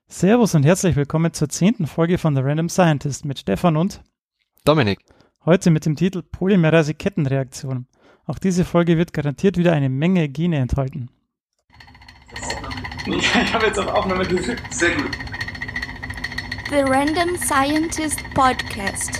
Servus und herzlich willkommen zur 10. Folge von The Random Scientist mit Stefan und Dominik. Heute mit dem Titel Polymerase-Kettenreaktion. Auch diese Folge wird garantiert wieder eine Menge Gene enthalten. Nee, ich habe jetzt auf Aufnahme gedrückt. Sehr gut. The Random Scientist Podcast.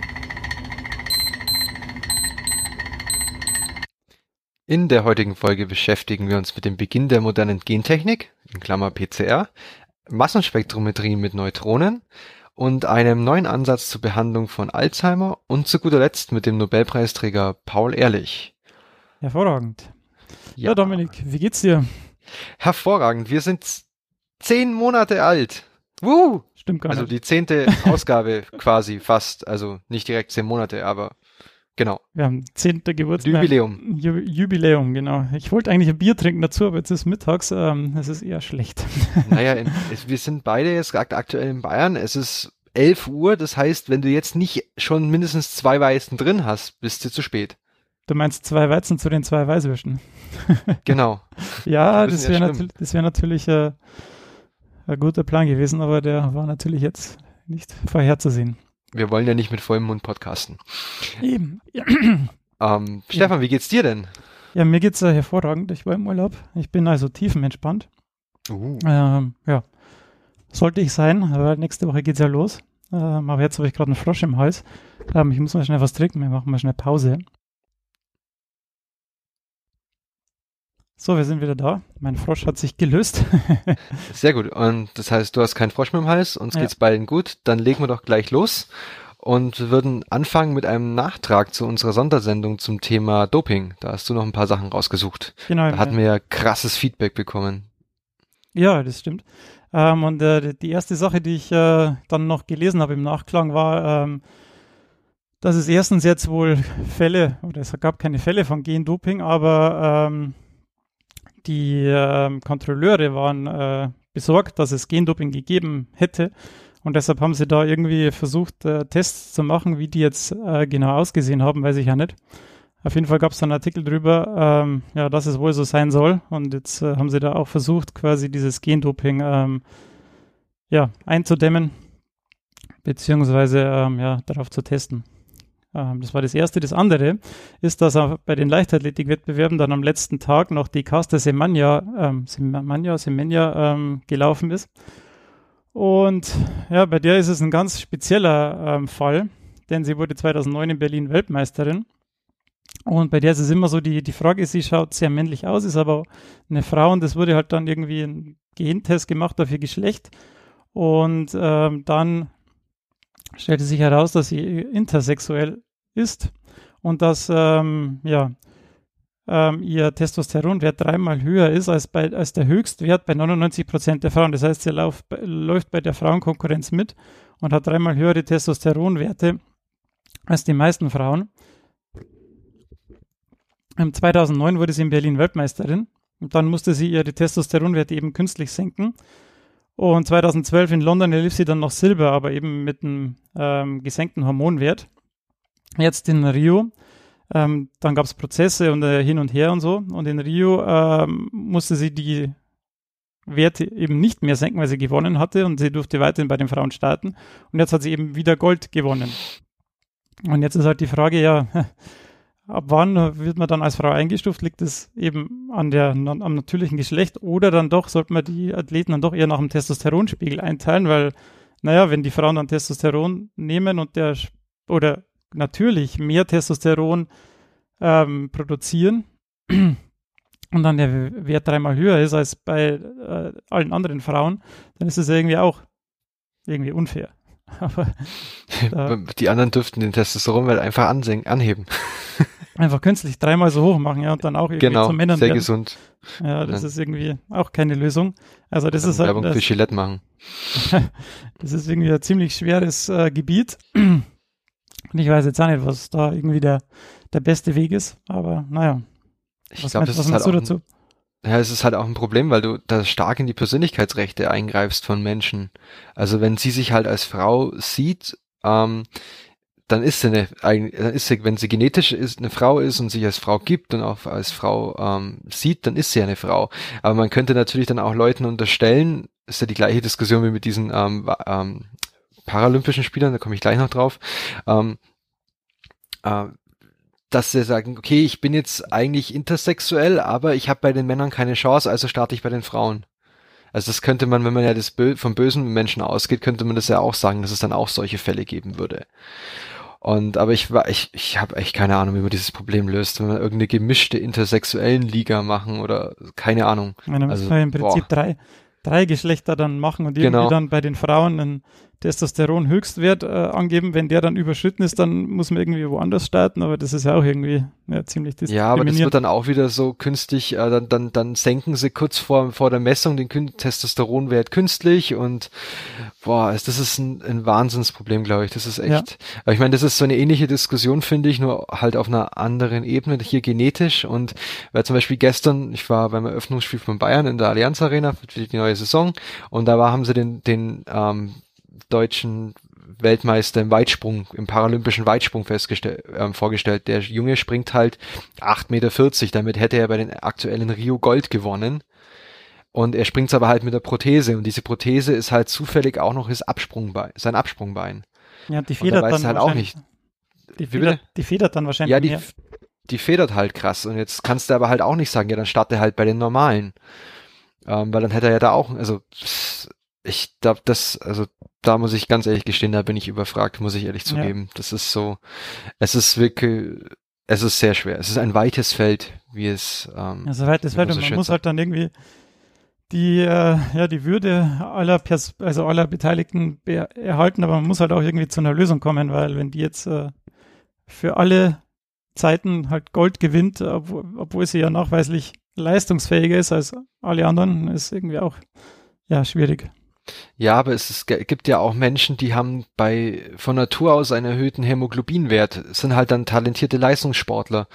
In der heutigen Folge beschäftigen wir uns mit dem Beginn der modernen Gentechnik, in Klammer PCR, Massenspektrometrie mit Neutronen und einem neuen Ansatz zur Behandlung von Alzheimer und zu guter Letzt mit dem Nobelpreisträger Paul Ehrlich. Hervorragend. Ja, Dominik, wie geht's dir? Hervorragend. Wir sind 10 Monate alt. Stimmt gar nicht. Also die 10. Ausgabe quasi fast. Also nicht direkt 10 Monate, aber genau. Wir haben 10. Geburtstag. Jubiläum. Jubiläum, genau. Ich wollte eigentlich ein Bier trinken dazu, aber jetzt ist mittags. Es ist eher schlecht. Naja, wir sind beide jetzt aktuell in Bayern. Es ist 11 Uhr. Das heißt, wenn du jetzt nicht schon mindestens 2 Weizen drin hast, bist du zu spät. Du meinst 2 Weizen zu den 2 Weißwürsten? Genau. Ja, das wäre natürlich ein guter Plan gewesen, aber der war natürlich jetzt nicht vorherzusehen. Wir wollen ja nicht mit vollem Mund podcasten. Eben. Ja. Stefan, wie geht's dir denn? Ja, mir geht's hervorragend. Ich war im Urlaub. Ich bin also tiefenentspannt. Ja, sollte ich sein, aber nächste Woche geht's ja los. Aber jetzt habe ich gerade einen Frosch im Hals. Ich muss mal schnell was trinken. Wir machen mal schnell Pause. So, wir sind wieder da. Mein Frosch hat sich gelöst. Sehr gut. Und das heißt, du hast keinen Frosch mehr im Hals, uns geht's beiden gut. Dann legen wir doch gleich los und würden anfangen mit einem Nachtrag zu unserer Sondersendung zum Thema Doping. Da hast du noch ein paar Sachen rausgesucht. Genau. Da hatten wir ja krasses Feedback bekommen. Ja, das stimmt. Und die erste Sache, die ich dann noch gelesen habe im Nachklang, war, dass es erstens jetzt wohl Fälle, oder es gab keine Fälle von Gendoping, aber die Kontrolleure waren besorgt, dass es Gendoping gegeben hätte und deshalb haben sie da irgendwie versucht, Tests zu machen, wie die jetzt genau ausgesehen haben, weiß ich ja nicht. Auf jeden Fall gab es dann einen Artikel drüber, dass es wohl so sein soll und jetzt haben sie da auch versucht, quasi dieses Gendoping einzudämmen, beziehungsweise darauf zu testen. Das war das Erste. Das andere ist, dass auch bei den Leichtathletik-Wettbewerben dann am letzten Tag noch die Caster Semenya gelaufen ist. Und ja, bei der ist es ein ganz spezieller Fall, denn sie wurde 2009 in Berlin Weltmeisterin. Und bei der ist es immer so, die Frage, sie schaut sehr männlich aus, ist aber eine Frau und es wurde halt dann irgendwie ein Gentest gemacht auf ihr Geschlecht. Und dann stellte sich heraus, dass sie intersexuell ist und dass ihr Testosteronwert 3-mal höher ist als der Höchstwert bei 99% der Frauen. Das heißt, sie läuft bei der Frauenkonkurrenz mit und hat 3-mal höhere Testosteronwerte als die meisten Frauen. 2009 wurde sie in Berlin Weltmeisterin und dann musste sie ihre Testosteronwerte eben künstlich senken. Und 2012 in London erlief sie dann noch Silber, aber eben mit einem gesenkten Hormonwert. Jetzt in Rio, dann gab es Prozesse und hin und her und so. Und in Rio musste sie die Werte eben nicht mehr senken, weil sie gewonnen hatte und sie durfte weiterhin bei den Frauen starten. Und jetzt hat sie eben wieder Gold gewonnen. Und jetzt ist halt die Frage, ab wann wird man dann als Frau eingestuft? Liegt es eben am natürlichen Geschlecht oder dann doch, sollte man die Athleten dann doch eher nach dem Testosteronspiegel einteilen, weil, wenn die Frauen dann Testosteron nehmen und oder natürlich mehr Testosteron produzieren und dann der Wert 3-mal höher ist als bei allen anderen Frauen, dann ist es irgendwie auch irgendwie unfair. Aber die anderen dürften den Testosteronwert einfach anheben. Einfach künstlich 3-mal so hoch machen, und dann auch irgendwie zu Männern sehr werden. Gesund. Ja, das ist irgendwie auch keine Lösung. Also das ist Werbung für Gillette machen. Das ist irgendwie ein ziemlich schweres Gebiet. Und ich weiß jetzt auch nicht, was da irgendwie der beste Weg ist, aber naja. Ich glaube, das ist halt dazu? Es ist halt auch ein Problem, weil du da stark in die Persönlichkeitsrechte eingreifst von Menschen. Also wenn sie sich halt als Frau sieht, dann ist sie wenn sie genetisch eine Frau ist und sich als Frau gibt und auch als Frau sieht, dann ist sie eine Frau. Aber man könnte natürlich dann auch Leuten unterstellen, ist ja die gleiche Diskussion wie mit diesen paralympischen Spielern, da komme ich gleich noch drauf, dass sie sagen, okay, ich bin jetzt eigentlich intersexuell, aber ich habe bei den Männern keine Chance, also starte ich bei den Frauen. Also das könnte man, wenn man ja das vom bösen Menschen ausgeht, könnte man das ja auch sagen, dass es dann auch solche Fälle geben würde. Aber ich habe echt keine Ahnung, wie man dieses Problem löst, wenn man irgendeine gemischte intersexuellen Liga machen oder keine Ahnung. Ja, dann müssen wir im Prinzip drei Geschlechter dann machen und irgendwie dann bei den Frauen einen Testosteron-Höchstwert angeben. Wenn der dann überschritten ist, dann muss man irgendwie woanders starten, aber das ist ja auch irgendwie ziemlich diskriminierend. Ja, aber das wird dann auch wieder so künstlich, dann senken sie kurz vor der Messung den Testosteronwert künstlich und das ist ein Wahnsinnsproblem, glaube ich. Das ist echt. Ja. Aber ich meine, das ist so eine ähnliche Diskussion, finde ich, nur halt auf einer anderen Ebene, hier genetisch. Und weil zum Beispiel gestern, ich war beim Eröffnungsspiel von Bayern in der Allianz Arena für die neue Saison und da haben sie den deutschen Weltmeister im Weitsprung, im paralympischen Weitsprung vorgestellt. Der Junge springt halt 8,40 Meter, damit hätte er bei den aktuellen Rio Gold gewonnen. Und er springt aber halt mit der Prothese und diese Prothese ist halt zufällig auch noch sein Absprungbein. Ja, die federt dann halt auch nicht. Die federt dann wahrscheinlich mehr. Die federt halt krass und jetzt kannst du aber halt auch nicht sagen, ja, dann starte halt bei den normalen. Weil dann hätte er ja da auch, also ich glaube, da muss ich ganz ehrlich gestehen, da bin ich überfragt, muss ich ehrlich zugeben. Ja. Das ist so, es ist sehr schwer. Es ist ein weites Feld, wie es also weites Feld und man muss halt dann irgendwie die Würde aller Beteiligten erhalten, aber man muss halt auch irgendwie zu einer Lösung kommen, weil wenn die jetzt für alle Zeiten halt Gold gewinnt, obwohl sie ja nachweislich leistungsfähiger ist als alle anderen, ist irgendwie auch schwierig. Ja, aber es gibt ja auch Menschen, die haben von Natur aus einen erhöhten Hämoglobinwert, sind halt dann talentierte Leistungssportler.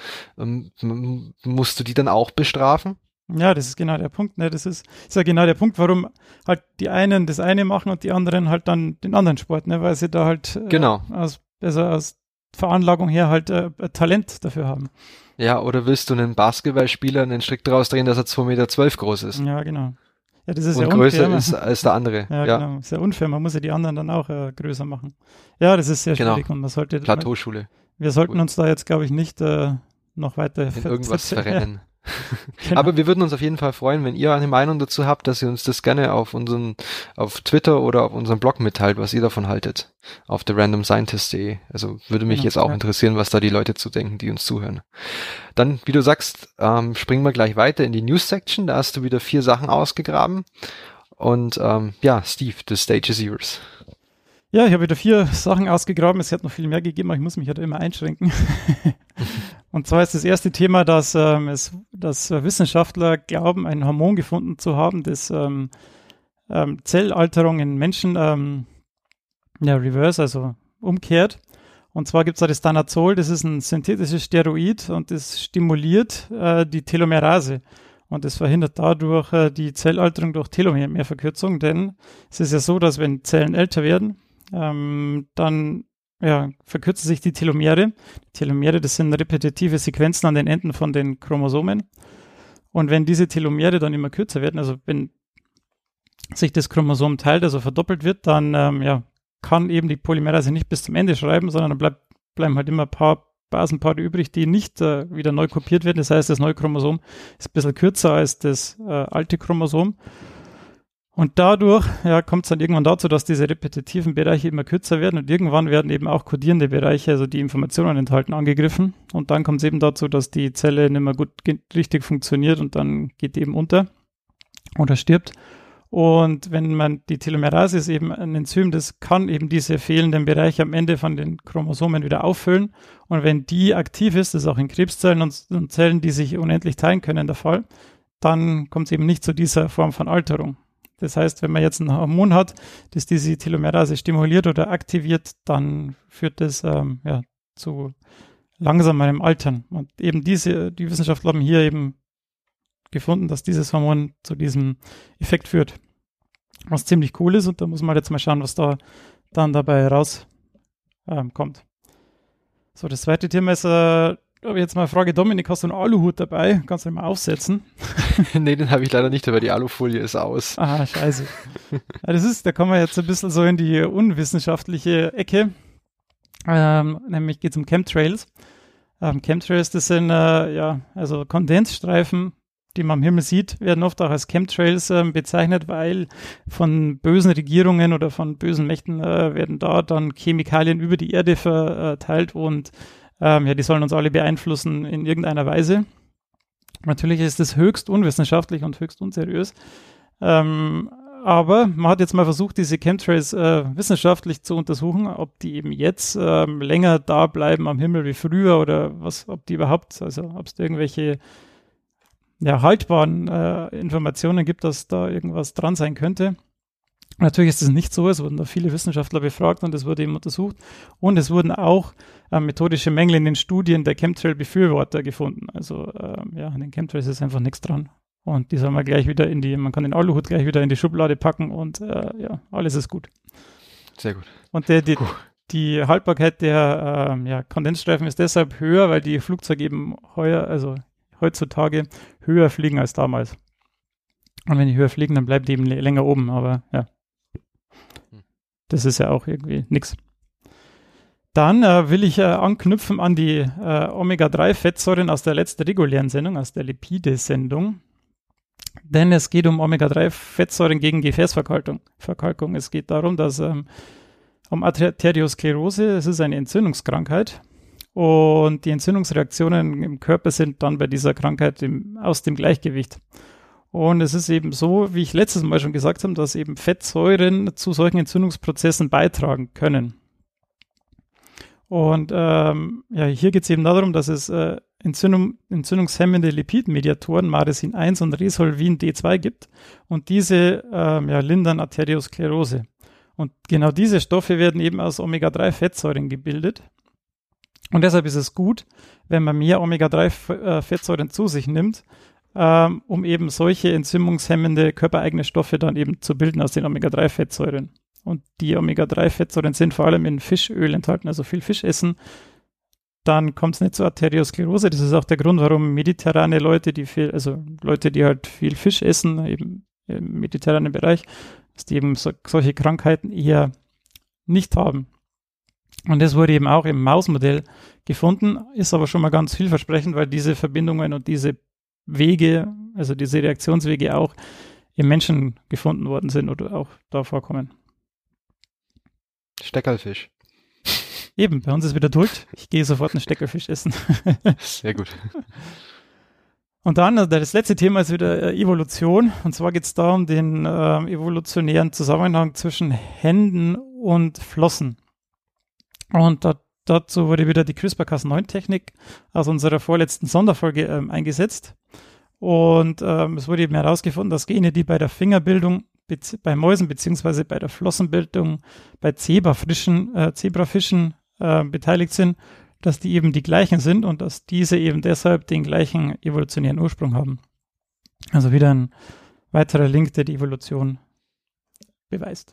Musst du die dann auch bestrafen? Ja, das ist genau der Punkt. Ne? Das ist ja genau der Punkt, warum halt die einen das eine machen und die anderen halt dann den anderen Sport, ne? Weil sie da halt aus Veranlagung her halt Talent dafür haben. Ja, oder willst du einen Basketballspieler einen Strick draus drehen, dass er 2,12 Meter groß ist? Ja, genau. Ja, das ist und ja größer unfair. Ist als der andere. Ja, genau. Ist ja unfair. Man muss ja die anderen dann auch größer machen. Ja, das ist sehr schwierig. Und man sollte Plateauschule. Wir sollten uns da jetzt, glaube ich, nicht noch weiter in irgendwas verrennen. Genau. Aber wir würden uns auf jeden Fall freuen, wenn ihr eine Meinung dazu habt, dass ihr uns das gerne auf Twitter oder auf unserem Blog mitteilt, was ihr davon haltet. Auf therandomscientist.de. Also würde mich jetzt auch interessieren, was da die Leute zu denken, die uns zuhören. Dann, wie du sagst, springen wir gleich weiter in die News-Section. Da hast du wieder 4 Sachen ausgegraben. Und Steve, the stage is yours. Ja, ich habe wieder 4 Sachen ausgegraben. Es hat noch viel mehr gegeben, aber ich muss mich halt immer einschränken. Und zwar ist das erste Thema, dass Wissenschaftler glauben, ein Hormon gefunden zu haben, das Zellalterung in Menschen reverse, also umkehrt. Und zwar gibt es da das Danazol, das ist ein synthetisches Steroid und das stimuliert die Telomerase. Und das verhindert dadurch die Zellalterung durch Telomerverkürzung, denn es ist ja so, dass wenn Zellen älter werden, dann verkürzen sich die Telomere. Die Telomere, das sind repetitive Sequenzen an den Enden von den Chromosomen. Und wenn diese Telomere dann immer kürzer werden, also wenn sich das Chromosom teilt, also verdoppelt wird, dann kann eben die Polymerase nicht bis zum Ende schreiben, sondern dann bleiben halt immer ein paar Basenpaare übrig, die nicht wieder neu kopiert werden. Das heißt, das neue Chromosom ist ein bisschen kürzer als das alte Chromosom. Und dadurch kommt es dann irgendwann dazu, dass diese repetitiven Bereiche immer kürzer werden und irgendwann werden eben auch kodierende Bereiche, also die Informationen enthalten, angegriffen. Und dann kommt es eben dazu, dass die Zelle nicht mehr richtig funktioniert und dann geht die eben unter oder stirbt. Und wenn man die Telomerase ist eben ein Enzym, das kann eben diese fehlenden Bereiche am Ende von den Chromosomen wieder auffüllen. Und wenn die aktiv ist, das ist auch in Krebszellen und Zellen, die sich unendlich teilen können, der Fall, dann kommt es eben nicht zu dieser Form von Alterung. Das heißt, wenn man jetzt ein Hormon hat, das diese Telomerase stimuliert oder aktiviert, dann führt das zu langsamerem Altern. Und eben die Wissenschaftler haben hier eben gefunden, dass dieses Hormon zu diesem Effekt führt. Was ziemlich cool ist und da muss man jetzt mal schauen, was da dann dabei rauskommt. So, das zweite Thema ist Aber jetzt mal Frage, Dominik, hast du einen Aluhut dabei? Kannst du den mal aufsetzen? Nee, den habe ich leider nicht, aber die Alufolie ist aus. Ah, scheiße. Ja, da kommen wir jetzt ein bisschen so in die unwissenschaftliche Ecke. Nämlich geht es um Chemtrails. Chemtrails, das sind also Kondensstreifen, die man am Himmel sieht, werden oft auch als Chemtrails bezeichnet, weil von bösen Regierungen oder von bösen Mächten werden da dann Chemikalien über die Erde verteilt und die sollen uns alle beeinflussen in irgendeiner Weise. Natürlich ist das höchst unwissenschaftlich und höchst unseriös. Aber man hat jetzt mal versucht, diese Chemtrails wissenschaftlich zu untersuchen, ob die eben jetzt länger da bleiben am Himmel wie früher oder ob die überhaupt, also ob es da irgendwelche haltbaren Informationen gibt, dass da irgendwas dran sein könnte. Natürlich ist es nicht so, es wurden da viele Wissenschaftler befragt und es wurde eben untersucht und es wurden auch methodische Mängel in den Studien der Chemtrail-Befürworter gefunden. Also an den Chemtrails ist einfach nichts dran. Und die soll man gleich wieder man kann den Aluhut gleich wieder in die Schublade packen und alles ist gut. Sehr gut. Und die Haltbarkeit der Kondensstreifen ist deshalb höher, weil die Flugzeuge eben heutzutage höher fliegen als damals. Und wenn die höher fliegen, dann bleibt die eben länger oben, aber ja. Das ist ja auch irgendwie nix. Dann will ich anknüpfen an die Omega-3-Fettsäuren aus der letzten regulären Sendung, aus der Lipide-Sendung. Denn es geht um Omega-3-Fettsäuren gegen Gefäßverkalkung. Es geht darum, dass um Arteriosklerose, es ist eine Entzündungskrankheit. Und die Entzündungsreaktionen im Körper sind dann bei dieser Krankheit aus dem Gleichgewicht. Und es ist eben so, wie ich letztes Mal schon gesagt habe, dass eben Fettsäuren zu solchen Entzündungsprozessen beitragen können. Und hier geht es eben darum, dass es entzündungshemmende Lipidmediatoren Maresin 1 und Resolvin D2 gibt. Und diese lindern Arteriosklerose. Und genau diese Stoffe werden eben aus Omega-3-Fettsäuren gebildet. Und deshalb ist es gut, wenn man mehr Omega-3-Fettsäuren zu sich nimmt, um eben solche entzündungshemmende körpereigene Stoffe dann eben zu bilden aus den Omega-3-Fettsäuren. Und die Omega-3-Fettsäuren sind vor allem in Fischöl enthalten, also viel Fisch essen. Dann kommt es nicht zur Arteriosklerose. Das ist auch der Grund, warum mediterrane Leute, Leute, die halt viel Fisch essen, eben im mediterranen Bereich, dass die eben solche Krankheiten eher nicht haben. Und das wurde eben auch im Mausmodell gefunden, ist aber schon mal ganz vielversprechend, weil diese Verbindungen und diese Wege, also diese Reaktionswege auch im Menschen gefunden worden sind oder auch da vorkommen. Steckerlfisch. Eben, bei uns ist wieder Duld. Ich gehe sofort einen Steckerlfisch essen. Sehr gut. Und dann, das letzte Thema ist wieder Evolution. Und zwar geht es da um den evolutionären Zusammenhang zwischen Händen und Flossen. Und dazu wurde wieder die CRISPR-Cas9-Technik aus unserer vorletzten Sonderfolge eingesetzt. Und es wurde eben herausgefunden, dass Gene, die bei der Fingerbildung bei Mäusen beziehungsweise bei der Flossenbildung bei Zebrafischen beteiligt sind, dass die eben die gleichen sind und dass diese eben deshalb den gleichen evolutionären Ursprung haben. Also wieder ein weiterer Link, der die Evolution beweist.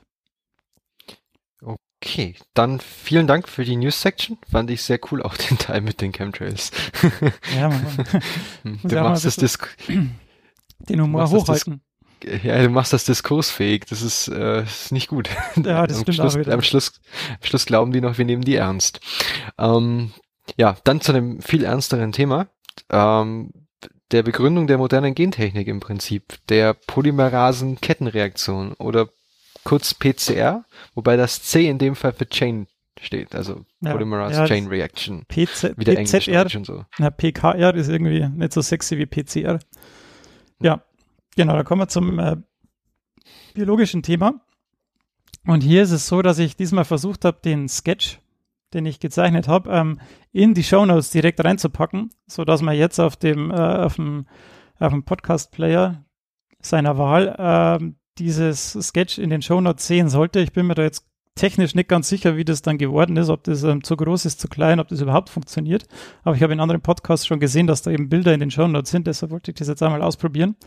Okay, dann vielen Dank für die News-Section. Fand ich sehr cool, auch den Teil mit den Chemtrails. Ja, du machst den Humor hochhalten. Du machst das diskursfähig. Das ist nicht gut. Ja, das stimmt auch wieder. Am Schluss glauben die noch, wir nehmen die ernst. Dann zu einem viel ernsteren Thema. Der Begründung der modernen Gentechnik im Prinzip, der Polymerasen-Kettenreaktion oder kurz PCR, wobei das C in dem Fall für Chain steht, also Polymerase Chain Reaction. Wieder Englisch und so. Na, PKR ist irgendwie nicht so sexy wie PCR. Ja, genau, da kommen wir zum biologischen Thema. Und hier ist es so, dass ich diesmal versucht habe, den Sketch, den ich gezeichnet habe, in die Shownotes direkt reinzupacken, sodass man jetzt auf dem Podcast-Player seiner Wahl dieses Sketch in den Shownotes sehen sollte. Ich bin mir da jetzt technisch nicht ganz sicher, wie das dann geworden ist, ob das zu groß ist, zu klein, ob das überhaupt funktioniert. Aber ich habe in anderen Podcasts schon gesehen, dass da eben Bilder in den Shownotes sind, deshalb wollte ich das jetzt einmal ausprobieren.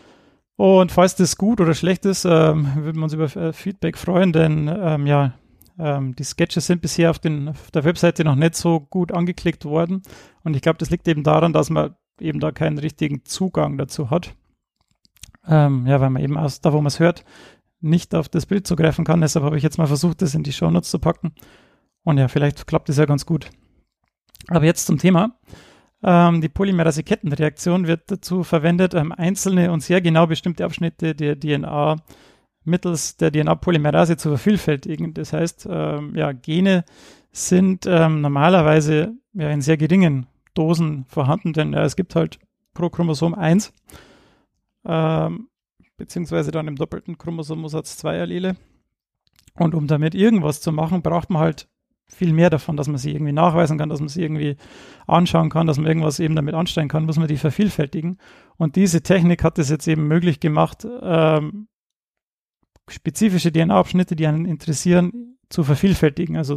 Und falls das gut oder schlecht ist, würden wir uns über Feedback freuen, denn Die Sketches sind bisher auf der Webseite noch nicht so gut angeklickt worden. Und ich glaube, das liegt eben daran, dass man eben da keinen richtigen Zugang dazu hat. Weil man eben da, wo man es hört, nicht auf das Bild zugreifen kann. Deshalb habe ich jetzt mal versucht, das in die Shownotes zu packen. Und ja, vielleicht klappt das ja ganz gut. Aber jetzt zum Thema. Die Polymerase-Kettenreaktion wird dazu verwendet, einzelne und sehr genau bestimmte Abschnitte der DNA mittels der DNA-Polymerase zu vervielfältigen. Das heißt, Gene sind normalerweise in sehr geringen Dosen vorhanden, denn es gibt halt pro Chromosom 1, beziehungsweise dann im doppelten Chromosomsatz 2 Allele. Und um damit irgendwas zu machen, braucht man halt viel mehr davon, dass man sie irgendwie nachweisen kann, dass man sie irgendwie anschauen kann, dass man irgendwas eben damit anstellen kann, muss man die vervielfältigen. Und diese Technik hat es jetzt eben möglich gemacht, spezifische DNA-Abschnitte, die einen interessieren, zu vervielfältigen. Also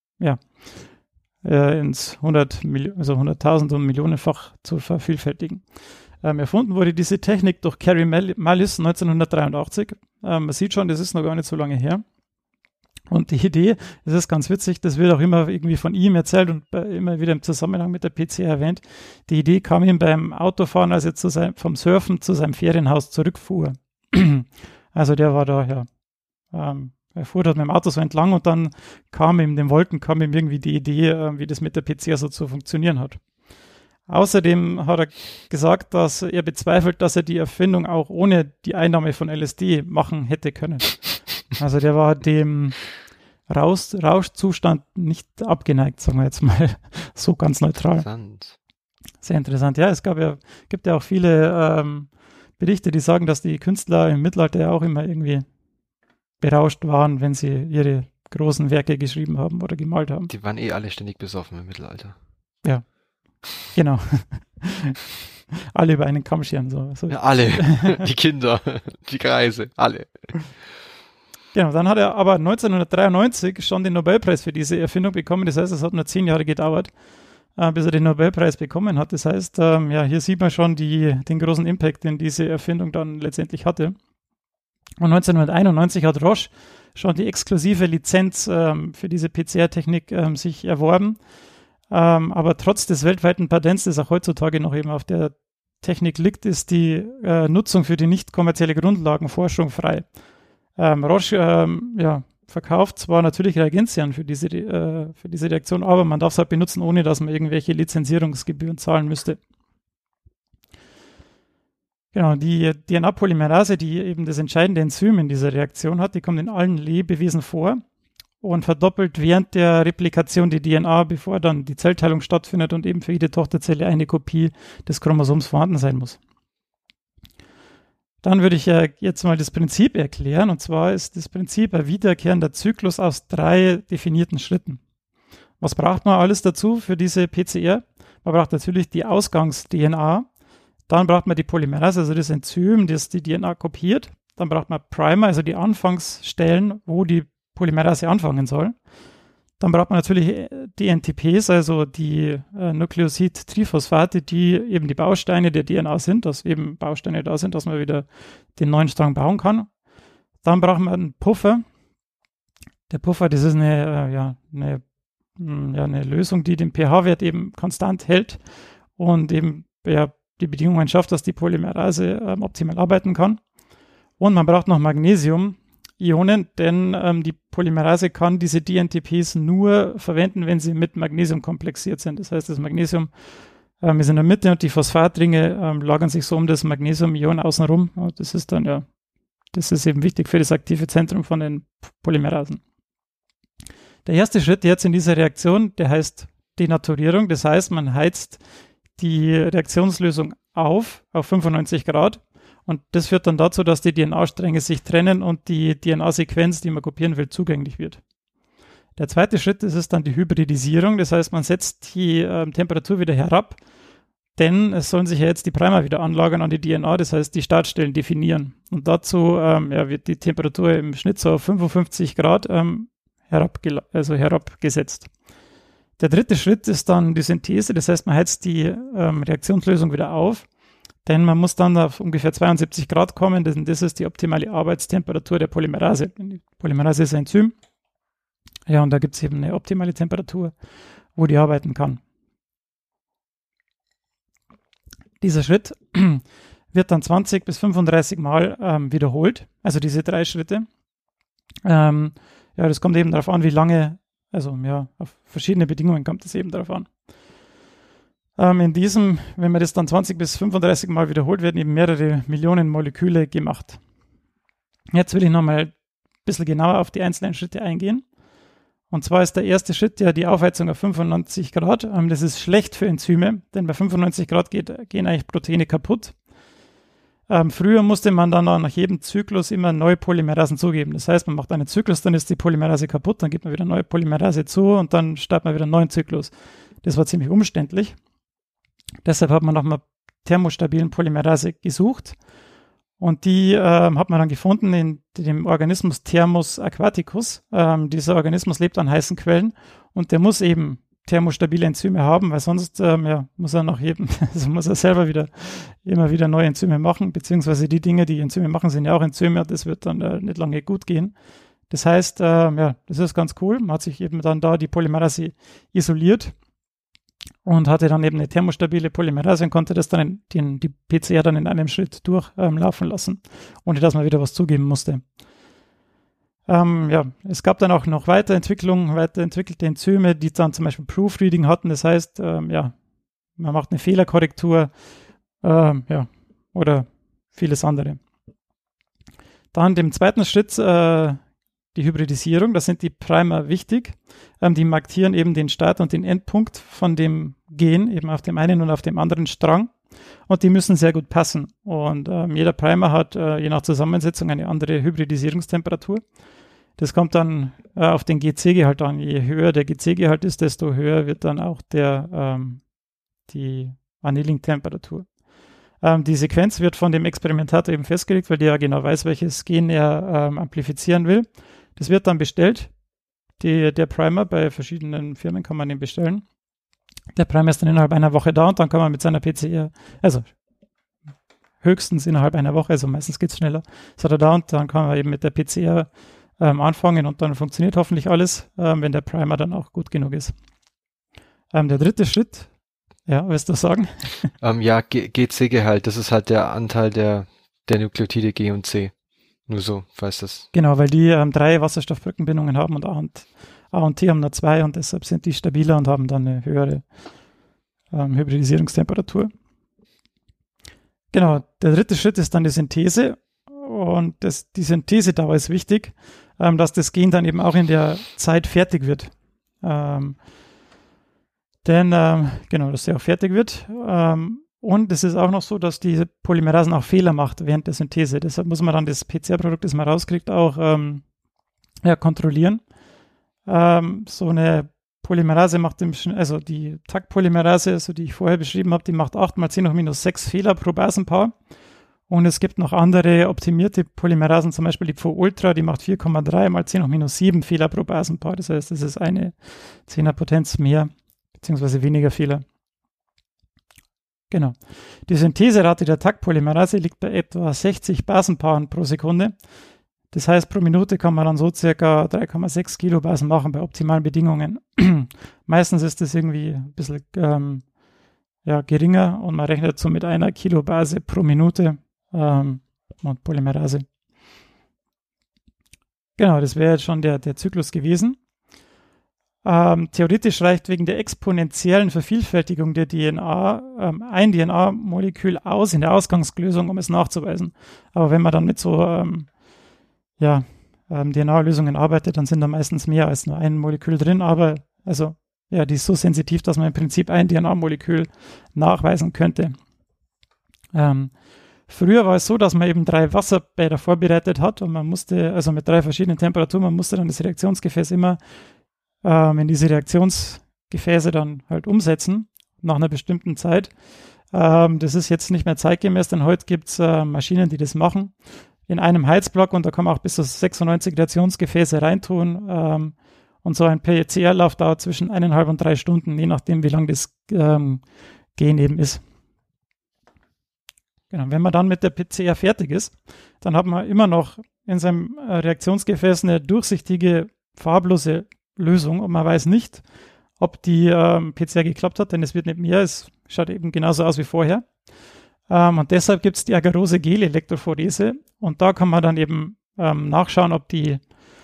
ins 100.000 und Millionenfach zu vervielfältigen. Erfunden wurde diese Technik durch Kary Mullis 1983. Man sieht schon, das ist noch gar nicht so lange her. Und die Idee, das ist ganz witzig, das wird auch immer irgendwie von ihm erzählt und immer wieder im Zusammenhang mit der PCR erwähnt. Die Idee kam ihm beim Autofahren, als er vom Surfen zu seinem Ferienhaus zurückfuhr. Also der war da, er fuhr dort mit dem Auto so entlang und dann kam ihm irgendwie die Idee, wie das mit der PCR so zu funktionieren hat. Außerdem hat er gesagt, dass er bezweifelt, dass er die Erfindung auch ohne die Einnahme von LSD machen hätte können. Also der war dem Rauschzustand nicht abgeneigt, sagen wir jetzt mal so ganz neutral. Interessant. Sehr interessant. Ja, gibt ja auch viele Berichte, die sagen, dass die Künstler im Mittelalter ja auch immer irgendwie berauscht waren, wenn sie ihre großen Werke geschrieben haben oder gemalt haben. Die waren alle ständig besoffen im Mittelalter. Ja, genau. Alle über einen Kamm scheren. So. Ja, alle. Die Kinder, die Greise, alle. Genau, dann hat er aber 1993 schon den Nobelpreis für diese Erfindung bekommen. Das heißt, es hat nur 10 Jahre gedauert, bis er den Nobelpreis bekommen hat. Das heißt, hier sieht man schon den großen Impact, den diese Erfindung dann letztendlich hatte. Und 1991 hat Roche schon die exklusive Lizenz für diese PCR-Technik sich erworben. Aber trotz des weltweiten Patents, das auch heutzutage noch eben auf der Technik liegt, ist die Nutzung für die nicht kommerzielle Grundlagenforschung frei. Roche verkauft zwar natürlich Reagenzien für diese Reaktion, aber man darf es halt benutzen, ohne dass man irgendwelche Lizenzierungsgebühren zahlen müsste. Genau, die DNA-Polymerase, die eben das entscheidende Enzym in dieser Reaktion hat, die kommt in allen Lebewesen vor und verdoppelt während der Replikation die DNA, bevor dann die Zellteilung stattfindet und eben für jede Tochterzelle eine Kopie des Chromosoms vorhanden sein muss. Dann würde ich jetzt mal das Prinzip erklären, und zwar ist das Prinzip ein wiederkehrender Zyklus aus 3 definierten Schritten. Was braucht man alles dazu für diese PCR? Man braucht natürlich die Ausgangs-DNA, dann braucht man die Polymerase, also das Enzym, das die DNA kopiert, dann braucht man Primer, also die Anfangsstellen, wo die Polymerase anfangen soll. Dann braucht man natürlich die NTPs, also die Nukleosid-Triphosphate, die eben die Bausteine der DNA sind, dass eben Bausteine da sind, dass man wieder den neuen Strang bauen kann. Dann braucht man einen Puffer. Der Puffer, das ist eine Lösung, die den pH-Wert eben konstant hält und eben die Bedingungen schafft, dass die Polymerase optimal arbeiten kann. Und man braucht noch Magnesium, Ionen, denn die Polymerase kann diese DNTPs nur verwenden, wenn sie mit Magnesium komplexiert sind. Das heißt, das Magnesium ist in der Mitte und die Phosphatringe lagern sich so um das Magnesium-Ion außenrum. Und das ist dann das ist eben wichtig für das aktive Zentrum von den Polymerasen. Der erste Schritt jetzt in dieser Reaktion, der heißt Denaturierung. Das heißt, man heizt die Reaktionslösung auf 95 Grad. Und das führt dann dazu, dass die DNA-Stränge sich trennen und die DNA-Sequenz, die man kopieren will, zugänglich wird. Der zweite Schritt ist dann die Hybridisierung. Das heißt, man setzt die Temperatur wieder herab, denn es sollen sich ja jetzt die Primer wieder anlagern an die DNA, das heißt die Startstellen definieren. Und dazu wird die Temperatur im Schnitt so auf 55 Grad herabgesetzt. Der dritte Schritt ist dann die Synthese. Das heißt, man heizt die Reaktionslösung wieder auf. Denn man muss dann auf ungefähr 72 Grad kommen, denn das ist die optimale Arbeitstemperatur der Polymerase. Die Polymerase ist ein Enzym Ja, und da gibt es eben eine optimale Temperatur, wo die arbeiten kann. Dieser Schritt wird dann 20 bis 35 Mal wiederholt, also diese 3 Schritte. Das kommt eben darauf an, wie lange, also ja, auf verschiedene Bedingungen kommt es eben darauf an. Wenn man das dann 20 bis 35 Mal wiederholt, werden eben mehrere Millionen Moleküle gemacht. Jetzt will ich nochmal ein bisschen genauer auf die einzelnen Schritte eingehen. Und zwar ist der erste Schritt ja die Aufheizung auf 95 Grad. Das ist schlecht für Enzyme, denn bei 95 Grad gehen eigentlich Proteine kaputt. Früher musste man dann nach jedem Zyklus immer neue Polymerasen zugeben. Das heißt, man macht einen Zyklus, dann ist die Polymerase kaputt, dann gibt man wieder neue Polymerase zu und dann startet man wieder einen neuen Zyklus. Das war ziemlich umständlich. Deshalb hat man nach einer thermostabilen Polymerase gesucht und die hat man dann gefunden in dem Organismus Thermus aquaticus. Dieser Organismus lebt an heißen Quellen und der muss eben thermostabile Enzyme haben, weil sonst muss er selber immer wieder neue Enzyme machen, beziehungsweise die Dinge, die Enzyme machen, sind ja auch Enzyme, das wird dann nicht lange gut gehen. Das heißt, das ist ganz cool, man hat sich eben dann da die Polymerase isoliert und hatte dann eben eine thermostabile Polymerase und konnte das dann die PCR dann in einem Schritt durchlaufen lassen, ohne dass man wieder was zugeben musste. Es gab dann auch noch weiterentwickelte Enzyme, die dann zum Beispiel Proofreading hatten. Das heißt, man macht eine Fehlerkorrektur oder vieles andere. Dann dem zweiten Schritt die Hybridisierung. Da sind die Primer wichtig. Die markieren eben den Start und den Endpunkt von dem Gen, eben auf dem einen und auf dem anderen Strang. Und die müssen sehr gut passen. Und jeder Primer hat je nach Zusammensetzung eine andere Hybridisierungstemperatur. Das kommt dann auf den GC-Gehalt an. Je höher der GC-Gehalt ist, desto höher wird dann auch die Annealing-Temperatur. Die Sequenz wird von dem Experimentator eben festgelegt, weil der ja genau weiß, welches Gen er amplifizieren will. Das wird dann bestellt. Der Primer, bei verschiedenen Firmen kann man den bestellen. Der Primer ist dann innerhalb einer Woche da und dann kann man mit seiner PCR, also höchstens innerhalb einer Woche, also meistens geht es schneller, ist er da und dann kann man eben mit der PCR anfangen und dann funktioniert hoffentlich alles, wenn der Primer dann auch gut genug ist. Der dritte Schritt, ja, willst du sagen? GC-Gehalt, das ist halt der Anteil der Nukleotide G und C. Nur so, falls das. Genau, weil die 3 Wasserstoffbrückenbindungen haben und A und T haben nur 2 und deshalb sind die stabiler und haben dann eine höhere Hybridisierungstemperatur. Genau, der dritte Schritt ist dann die Synthese und die Synthesedauer ist wichtig, dass das Gen dann eben auch in der Zeit fertig wird. Dass der auch fertig wird. Und es ist auch noch so, dass diese Polymerasen auch Fehler macht während der Synthese. Deshalb muss man dann das PCR-Produkt, das man rauskriegt, auch kontrollieren. So eine Polymerase macht also die Taq-Polymerase, die ich vorher beschrieben habe, die macht 8 mal 10 hoch minus 6 Fehler pro Basenpaar. Und es gibt noch andere optimierte Polymerasen, zum Beispiel die PFO-Ultra, die macht 4,3 mal 10 hoch minus 7 Fehler pro Basenpaar. Das heißt, das ist eine 10er Potenz mehr, beziehungsweise weniger Fehler. Genau. Die Syntheserate der Taq-Polymerase liegt bei etwa 60 Basenpaaren pro Sekunde. Das heißt, pro Minute kann man dann so circa 3,6 Kilobasen machen bei optimalen Bedingungen. Meistens ist das irgendwie ein bisschen geringer und man rechnet so mit 1 Kilobase pro Minute und Polymerase. Genau, das wäre jetzt schon der Zyklus gewesen. Theoretisch reicht wegen der exponentiellen Vervielfältigung der DNA ein DNA-Molekül aus in der Ausgangslösung, um es nachzuweisen. Aber wenn man dann mit so DNA-Lösungen arbeitet, dann sind da meistens mehr als nur ein Molekül drin. Aber die ist so sensitiv, dass man im Prinzip ein DNA-Molekül nachweisen könnte. Früher war es so, dass man eben 3 Wasserbäder vorbereitet hat und man musste, also mit 3 verschiedenen Temperaturen, man musste dann das Reaktionsgefäß immer in diese Reaktionsgefäße dann halt umsetzen, nach einer bestimmten Zeit. Das ist jetzt nicht mehr zeitgemäß, denn heute gibt es Maschinen, die das machen, in einem Heizblock und da kann man auch bis zu 96 Reaktionsgefäße reintun und so ein PCR-Lauf dauert zwischen 1,5 und 3 Stunden, je nachdem, wie lang das Gen eben ist. Genau, wenn man dann mit der PCR fertig ist, dann hat man immer noch in seinem Reaktionsgefäß eine durchsichtige, farblose Lösung und man weiß nicht, ob die PCR geklappt hat, denn es wird nicht mehr, es schaut eben genauso aus wie vorher. Und deshalb gibt es die Agarose-Gel-Elektrophorese und da kann man dann eben nachschauen, ob die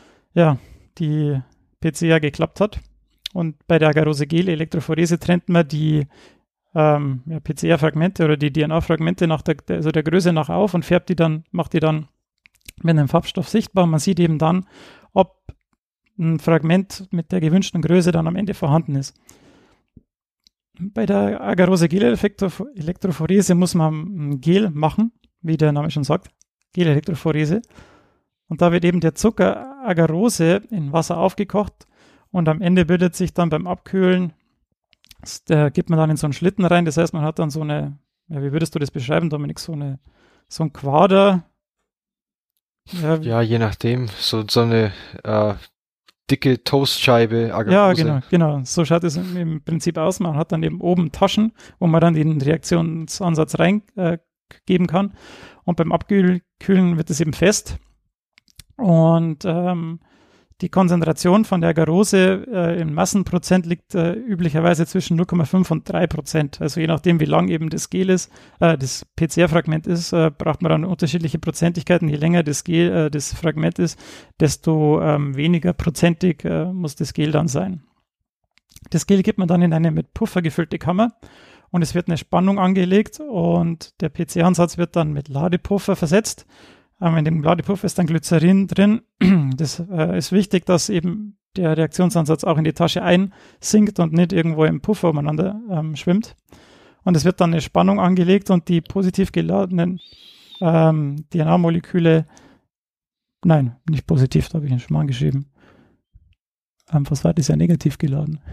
PCR geklappt hat. Und bei der Agarose-Gel-Elektrophorese trennt man die PCR-Fragmente oder die DNA-Fragmente der Größe nach auf und macht die dann mit einem Farbstoff sichtbar. Und man sieht eben dann, ob ein Fragment mit der gewünschten Größe dann am Ende vorhanden ist. Bei der Agarose-Gel-Elektrophorese muss man ein Gel machen, wie der Name schon sagt, Gel-Elektrophorese. Und da wird eben der Zucker Agarose in Wasser aufgekocht und am Ende bildet sich dann beim Abkühlen, da gibt man dann in so einen Schlitten rein, das heißt, man hat dann so eine, wie würdest du das beschreiben, Dominik, so ein Quader? Ja, je nachdem, so eine dicke Toastscheibe Agarose. Ja, genau. So schaut es im Prinzip aus. Man hat dann eben oben Taschen, wo man dann den Reaktionsansatz reingeben kann. Und beim Abkühlen wird es eben fest. Und die Konzentration von der Agarose im Massenprozent liegt üblicherweise zwischen 0,5 und 3%. Also je nachdem, wie lang eben das Gel ist, das PCR-Fragment ist, braucht man dann unterschiedliche Prozentigkeiten. Je länger das Fragment ist, desto weniger prozentig muss das Gel dann sein. Das Gel gibt man dann in eine mit Puffer gefüllte Kammer und es wird eine Spannung angelegt und der PCR-Ansatz wird dann mit Ladepuffer versetzt. In dem Ladepuffer ist dann Glycerin drin. Das ist wichtig, dass eben der Reaktionsansatz auch in die Tasche einsinkt und nicht irgendwo im Puffer umeinander schwimmt. Und es wird dann eine Spannung angelegt und die positiv geladenen DNA-Moleküle, nein, nicht positiv, da habe ich einen Schmarrn geschrieben. Phosphat ist ja negativ geladen.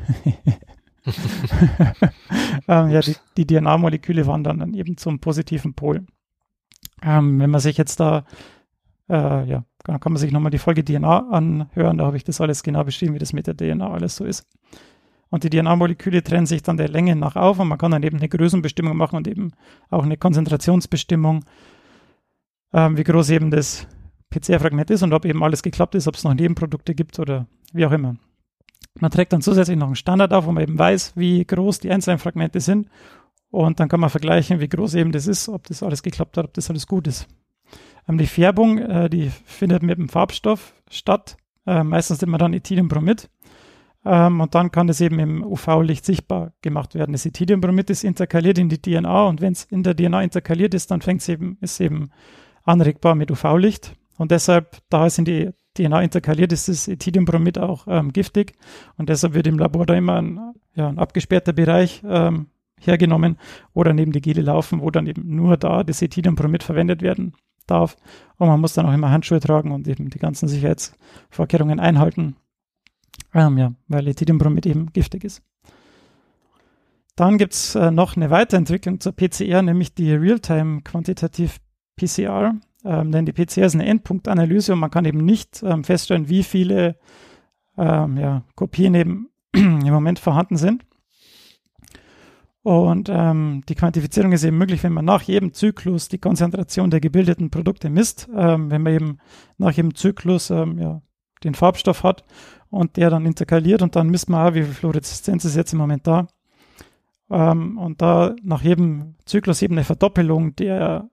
Die DNA-Moleküle wandern dann eben zum positiven Pol. Wenn man sich jetzt dann kann man sich nochmal die Folge DNA anhören, da habe ich das alles genau beschrieben, wie das mit der DNA alles so ist. Und die DNA-Moleküle trennen sich dann der Länge nach auf und man kann dann eben eine Größenbestimmung machen und eben auch eine Konzentrationsbestimmung, wie groß eben das PCR-Fragment ist und ob eben alles geklappt ist, ob es noch Nebenprodukte gibt oder wie auch immer. Man trägt dann zusätzlich noch einen Standard auf, wo man eben weiß, wie groß die einzelnen Fragmente sind. Und dann kann man vergleichen, wie groß eben das ist, ob das alles geklappt hat, ob das alles gut ist. Die Färbung, die findet mit dem Farbstoff statt. Meistens nimmt man dann Ethylenbromid. Und dann kann das eben im UV-Licht sichtbar gemacht werden. Das Ethylenbromid ist interkaliert in die DNA und wenn es in der DNA interkaliert ist, dann ist eben anregbar mit UV-Licht. Und deshalb, da es in die DNA interkaliert ist, das Ethylenbromid auch giftig. Und deshalb wird im Labor da immer ein abgesperrter Bereich hergenommen oder neben die Gele laufen, wo dann eben nur da das Ethylenbromid verwendet werden darf. Und man muss dann auch immer Handschuhe tragen und eben die ganzen Sicherheitsvorkehrungen einhalten, weil Ethylenbromid eben giftig ist. Dann gibt es noch eine Weiterentwicklung zur PCR, nämlich die Realtime Quantitative PCR. Denn die PCR ist eine Endpunktanalyse und man kann eben nicht feststellen, wie viele Kopien eben im Moment vorhanden sind. Und die Quantifizierung ist eben möglich, wenn man nach jedem Zyklus die Konzentration der gebildeten Produkte misst. Wenn man eben nach jedem Zyklus den Farbstoff hat und der dann interkaliert und dann misst man auch, wie viel Fluoreszenz ist jetzt im Moment da. Und da nach jedem Zyklus eben eine Verdoppelung der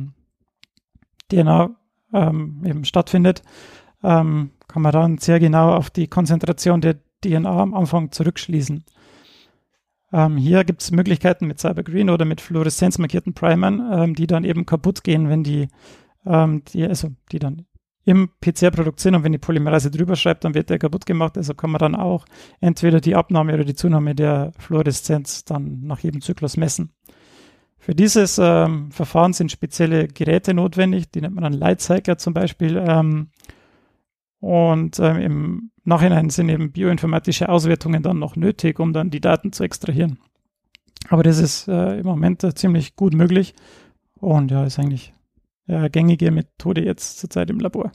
DNA eben stattfindet, kann man dann sehr genau auf die Konzentration der DNA am Anfang zurückschließen. Hier gibt es Möglichkeiten mit Cybergreen oder mit fluoreszenzmarkierten Primern, die dann eben kaputt gehen, wenn die dann im PCR-Produkt sind und wenn die Polymerase drüber schreibt, dann wird der kaputt gemacht. Also kann man dann auch entweder die Abnahme oder die Zunahme der Fluoreszenz dann nach jedem Zyklus messen. Für dieses Verfahren sind spezielle Geräte notwendig, die nennt man dann Lightcycler zum Beispiel. Im Nachhinein sind eben bioinformatische Auswertungen dann noch nötig, um dann die Daten zu extrahieren. Aber das ist im Moment ziemlich gut möglich und ist eigentlich eine gängige Methode jetzt zurzeit im Labor.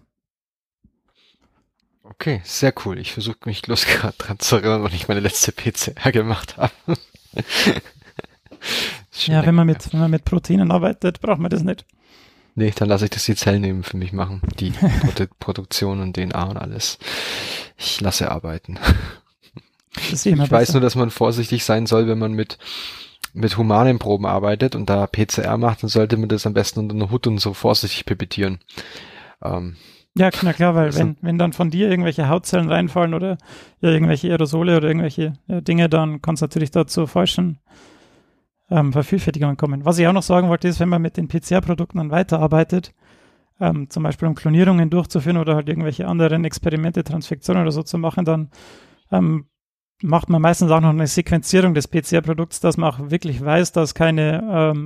Okay, sehr cool. Ich versuche mich bloß gerade dran zu erinnern, wann ich meine letzte PCR gemacht habe. Wenn man mit Proteinen arbeitet, braucht man das nicht. Nee, dann lasse ich das die Zellen eben für mich machen. Die Produktion und DNA und alles. Ich lasse arbeiten. Das ist immer Ich weiß besser. nur, dass man vorsichtig sein soll, wenn man mit humanen Proben arbeitet und da PCR macht, dann sollte man das am besten unter einer Hut und so vorsichtig pipettieren. Ja, na klar, weil Also- wenn dann von dir irgendwelche Hautzellen reinfallen oder ja, irgendwelche Aerosole oder irgendwelche Dinge, dann kann es natürlich da zu falschen Vervielfältigungen kommen. Was ich auch noch sagen wollte, ist, wenn man mit den PCR-Produkten dann weiterarbeitet, zum Beispiel um Klonierungen durchzuführen oder halt irgendwelche anderen Experimente, Transfektionen oder so zu machen, dann macht man meistens auch noch eine Sequenzierung des PCR-Produkts, dass man auch wirklich weiß, dass keine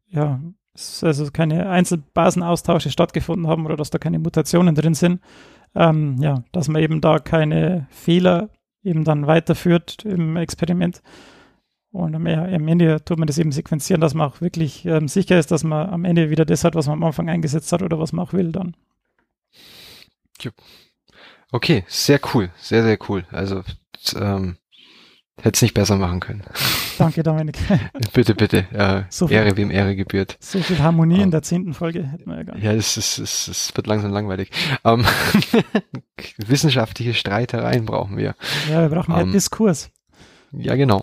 keine Einzelbasenaustausche stattgefunden haben oder dass da keine Mutationen drin sind, dass man eben da keine Fehler eben dann weiterführt im Experiment. Und am Ende tut man das eben sequenzieren, dass man auch wirklich sicher ist, dass man am Ende wieder das hat, was man am Anfang eingesetzt hat oder was man auch will dann. Okay, sehr cool. Sehr, sehr cool. Also, hätte es nicht besser machen können. Danke, Dominik. Bitte, bitte. So viel- Ehre, wem Ehre gebührt. So viel Harmonie in der 10. Folge hätten wir ja gar nicht. Ja, es wird langsam langweilig. Wissenschaftliche Streitereien brauchen wir. Ja, wir brauchen mehr Ähm, Diskurs. Ja, genau.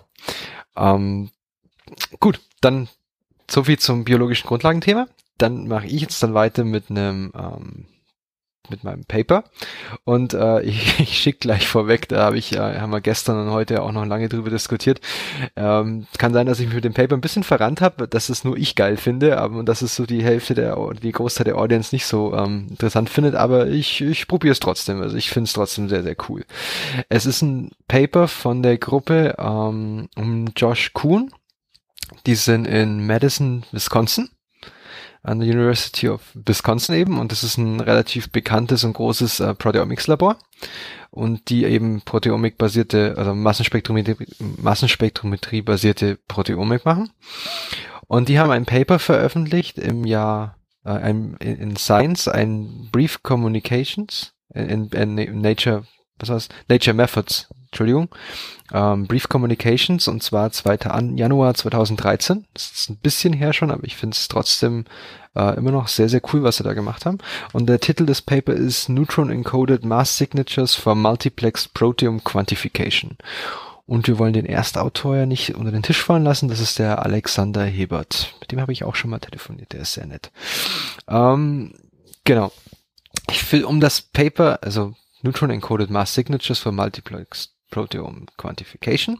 Gut, dann so viel zum biologischen Grundlagenthema. Dann mache ich jetzt dann weiter mit mit meinem Paper und ich schicke gleich vorweg, da haben wir gestern und heute auch noch lange drüber diskutiert. Kann sein, dass ich mich mit dem Paper ein bisschen verrannt habe, dass es nur ich geil finde, aber dass es so die Großteil der Audience nicht so interessant findet, aber ich probiere es trotzdem. Also ich finde es trotzdem sehr, sehr cool. Es ist ein Paper von der Gruppe um Josh Kuhn. Die sind in Madison, Wisconsin, an der University of Wisconsin eben, und das ist ein relativ bekanntes und großes Proteomics-Labor, und die eben Proteomik-basierte, also Massenspektrometrie-basierte Proteomik machen. Und die haben ein Paper veröffentlicht im Jahr in Science, ein Brief Communications in Nature, Nature Methods, Entschuldigung, Brief Communications, und zwar 2. Januar 2013. Das ist ein bisschen her schon, aber ich finde es trotzdem immer noch sehr, sehr cool, was sie da gemacht haben. Und der Titel des Paper ist Neutron Encoded Mass Signatures for Multiplexed Proteome Quantification. Und wir wollen den Erstautor ja nicht unter den Tisch fallen lassen, das ist der Alexander Hebert. Mit dem habe ich auch schon mal telefoniert, der ist sehr nett. Genau. Ich will um das Paper, also Neutron Encoded Mass Signatures for Multiplexed Proteome Quantification.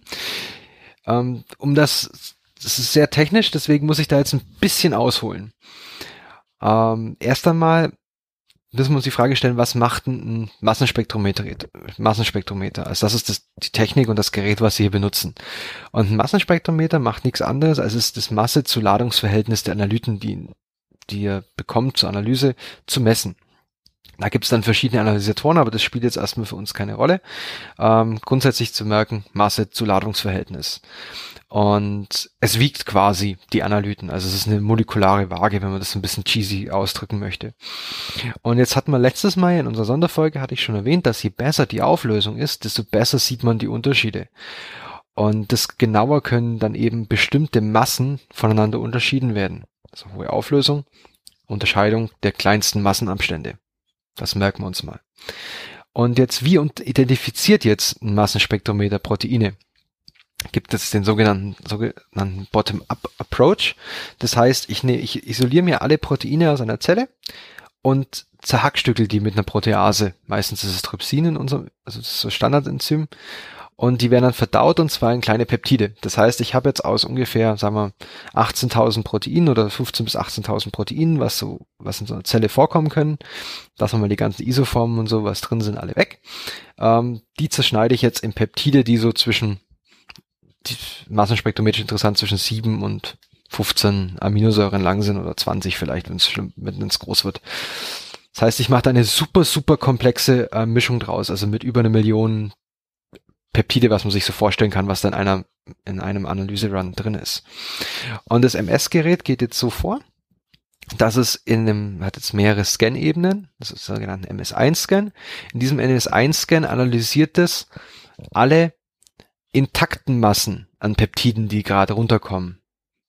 Das ist sehr technisch, deswegen muss ich da jetzt ein bisschen ausholen. Erst einmal müssen wir uns die Frage stellen, was macht ein Massenspektrometer? Also das ist die Technik und das Gerät, was Sie hier benutzen. Und ein Massenspektrometer macht nichts anderes, als es das Masse-zu-Ladungsverhältnis der Analyten, die ihr bekommt zur Analyse, zu messen. Da gibt es dann verschiedene Analysatoren, aber das spielt jetzt erstmal für uns keine Rolle. Grundsätzlich zu merken, Masse-zu-Ladungsverhältnis. Und es wiegt quasi die Analyten. Also es ist eine molekulare Waage, wenn man das ein bisschen cheesy ausdrücken möchte. Und jetzt hatten wir letztes Mal in unserer Sonderfolge, hatte ich schon erwähnt, dass je besser die Auflösung ist, desto besser sieht man die Unterschiede. Und das genauer können dann eben bestimmte Massen voneinander unterschieden werden. Also hohe Auflösung, Unterscheidung der kleinsten Massenabstände. Das merken wir uns mal. Und jetzt, wie identifiziert jetzt ein Massenspektrometer Proteine? Gibt es den sogenannten Bottom-up-Approach. Das heißt, ich isoliere mir alle Proteine aus einer Zelle und zerhackstückel die mit einer Protease. Meistens ist es Trypsin in unserem, also das ist so Standardenzym. Und die werden dann verdaut, und zwar in kleine Peptide. Das heißt, ich habe jetzt aus ungefähr, sagen wir, 18.000 Proteinen oder 15.000 bis 18.000 Proteinen, was in so einer Zelle vorkommen können. Lassen wir mal die ganzen Isoformen und so, was drin sind, alle weg. Die zerschneide ich jetzt in Peptide, die so massenspektrometrisch interessant, zwischen 7 und 15 Aminosäuren lang sind, oder 20 vielleicht, wenn es groß wird. Das heißt, ich mache da eine super, super komplexe Mischung draus, also mit über 1 Million Peptide, was man sich so vorstellen kann, was dann in einem Analyse-Run drin ist. Und das MS-Gerät geht jetzt so vor, dass es hat jetzt mehrere Scan-Ebenen, das ist der sogenannte MS-1-Scan. In diesem MS-1-Scan analysiert es alle intakten Massen an Peptiden, die gerade runterkommen.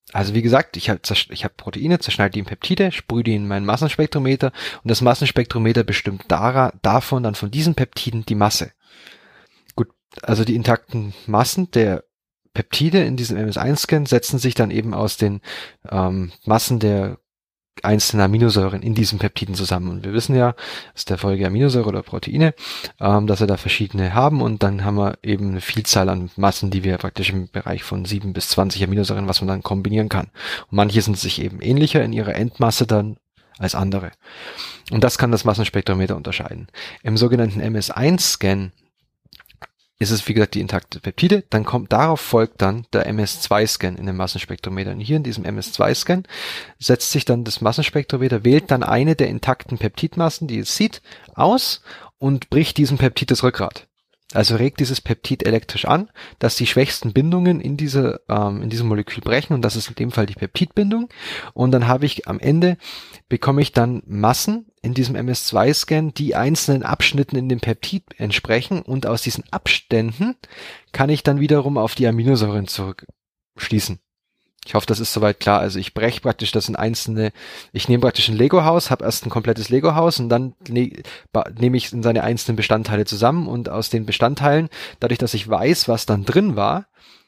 Also wie gesagt, ich hab Proteine, zerschneide die in Peptide, sprühe die in meinen Massenspektrometer und das Massenspektrometer bestimmt davon dann von diesen Peptiden die Masse. Gut, also die intakten Massen der Peptide in diesem MS-1-Scan setzen sich dann eben aus den Massen der einzelnen Aminosäuren in diesen Peptiden zusammen. Und wir wissen ja, aus der Folge Aminosäure oder Proteine, dass wir da verschiedene haben und dann haben wir eben eine Vielzahl an Massen, die wir praktisch im Bereich von 7 bis 20 Aminosäuren, was man dann kombinieren kann. Und manche sind sich eben ähnlicher in ihrer Endmasse dann als andere. Und das kann das Massenspektrometer unterscheiden. Im sogenannten MS-1-Scan ist es, wie gesagt, die intakte Peptide, darauf folgt dann der MS-2-Scan in dem Massenspektrometer. Und hier in diesem MS-2-Scan setzt sich dann das Massenspektrometer, wählt dann eine der intakten Peptidmassen, die es sieht, aus und bricht diesem Peptid das Rückgrat. Also regt dieses Peptid elektrisch an, dass die schwächsten Bindungen in diesem Molekül brechen und das ist in dem Fall die Peptidbindung. Und dann bekomme ich dann Massen in diesem MS-2-Scan, die einzelnen Abschnitten in dem Peptid entsprechen und aus diesen Abständen kann ich dann wiederum auf die Aminosäuren zurückschließen. Ich hoffe, das ist soweit klar. Also ich breche praktisch ich nehme praktisch ein Lego-Haus, habe erst ein komplettes Lego-Haus und dann nehme ich in seine einzelnen Bestandteile zusammen und aus den Bestandteilen, dadurch, dass ich weiß, was dann drin war,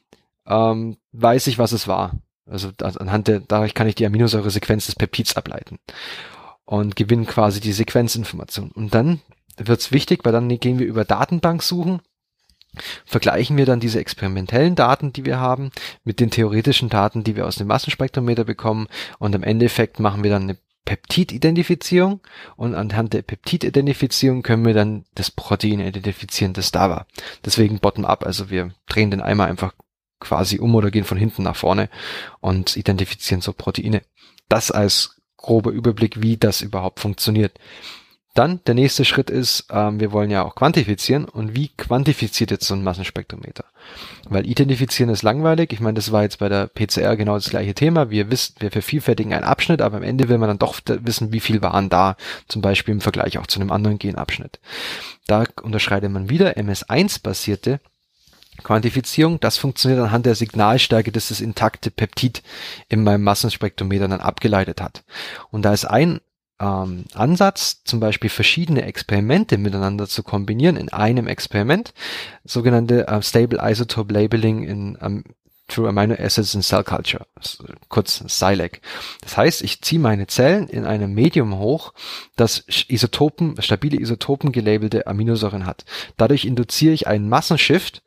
weiß ich, was es war. Also dadurch kann ich die Aminosäuresequenz des Peptids ableiten und gewinne quasi die Sequenzinformation. Und dann wird's wichtig, weil dann gehen wir über Datenbank suchen, vergleichen wir dann diese experimentellen Daten, die wir haben, mit den theoretischen Daten, die wir aus dem Massenspektrometer bekommen und im Endeffekt machen wir dann eine Peptididentifizierung und anhand der Peptididentifizierung können wir dann das Protein identifizieren, das da war. Deswegen bottom-up, also wir drehen den Eimer einfach quasi um oder gehen von hinten nach vorne und identifizieren so Proteine. Das als grober Überblick, wie das überhaupt funktioniert. Dann, der nächste Schritt ist, wir wollen ja auch quantifizieren. Und wie quantifiziert jetzt so ein Massenspektrometer? Weil identifizieren ist langweilig. Ich meine, das war jetzt bei der PCR genau das gleiche Thema. Wir vervielfältigen einen Abschnitt, aber am Ende will man dann doch wissen, wie viel waren da. Zum Beispiel im Vergleich auch zu einem anderen Genabschnitt. Da unterscheidet man wieder MS-1-basierte Quantifizierung. Das funktioniert anhand der Signalstärke, dass das intakte Peptid in meinem Massenspektrometer dann abgeleitet hat. Und da ist ein Ansatz, zum Beispiel verschiedene Experimente miteinander zu kombinieren in einem Experiment, sogenannte Stable Isotope Labeling through Amino Acids in Cell Culture, kurz SILAC. Das heißt, ich ziehe meine Zellen in einem Medium hoch, das stabile Isotopen gelabelte Aminosäuren hat. Dadurch induziere ich einen Massenshift,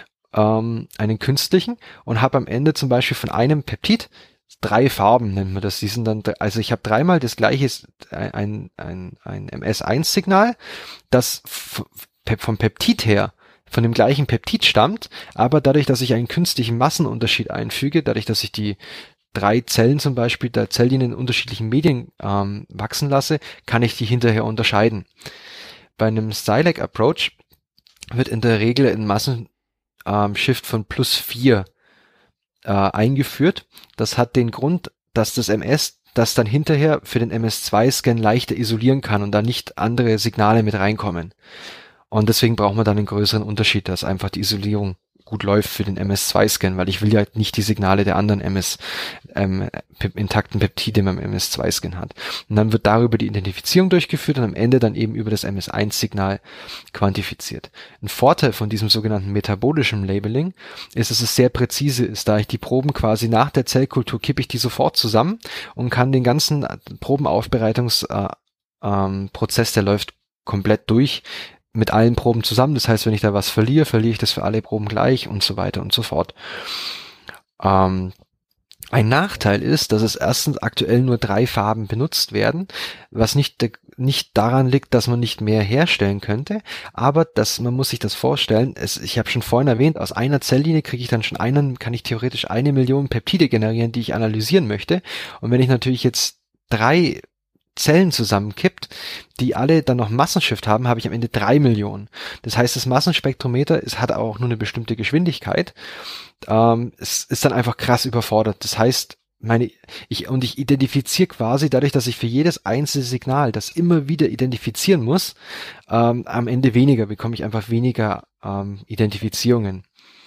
einen künstlichen, und habe am Ende zum Beispiel von einem Peptid 3 Farben, nennt man das. Die sind dann, also ich habe dreimal das gleiche, ein MS-1-Signal, das vom Peptid her von dem gleichen Peptid stammt, aber dadurch, dass ich einen künstlichen Massenunterschied einfüge, dadurch, dass ich die 3 Zellen zum Beispiel der Zelllinien in unterschiedlichen Medien wachsen lasse, kann ich die hinterher unterscheiden. Bei einem SILAC-Approach wird in der Regel ein Massenshift von +4 eingeführt. Das hat den Grund, dass das MS das dann hinterher für den MS-2-Scan leichter isolieren kann und da nicht andere Signale mit reinkommen. Und deswegen braucht man dann einen größeren Unterschied, dass einfach die Isolierung gut läuft für den MS-2-Scan, weil ich will ja nicht die Signale der anderen intakten Peptide beim MS-2-Scan hat. Und dann wird darüber die Identifizierung durchgeführt und am Ende dann eben über das MS-1-Signal quantifiziert. Ein Vorteil von diesem sogenannten metabolischen Labeling ist, dass es sehr präzise ist, da ich die Proben quasi nach der Zellkultur kippe ich die sofort zusammen und kann den ganzen Probenaufbereitungsprozess, der läuft komplett durch, mit allen Proben zusammen. Das heißt, wenn ich da was verliere ich das für alle Proben gleich und so weiter und so fort. Ein Nachteil ist, dass es erstens aktuell nur 3 Farben benutzt werden, was nicht daran liegt, dass man nicht mehr herstellen könnte, aber man muss sich das vorstellen, ich habe schon vorhin erwähnt, aus einer Zelllinie kann ich theoretisch 1 Million Peptide generieren, die ich analysieren möchte. Und wenn ich natürlich jetzt 3 Zellen zusammenkippt, die alle dann noch Massenshift haben, habe ich am Ende 3 Millionen. Das heißt, das Massenspektrometer hat auch nur eine bestimmte Geschwindigkeit. Es ist dann einfach krass überfordert. Das heißt, ich identifiziere quasi dadurch, dass ich für jedes einzelne Signal das immer wieder identifizieren muss, am Ende bekomme ich einfach weniger Identifizierungen.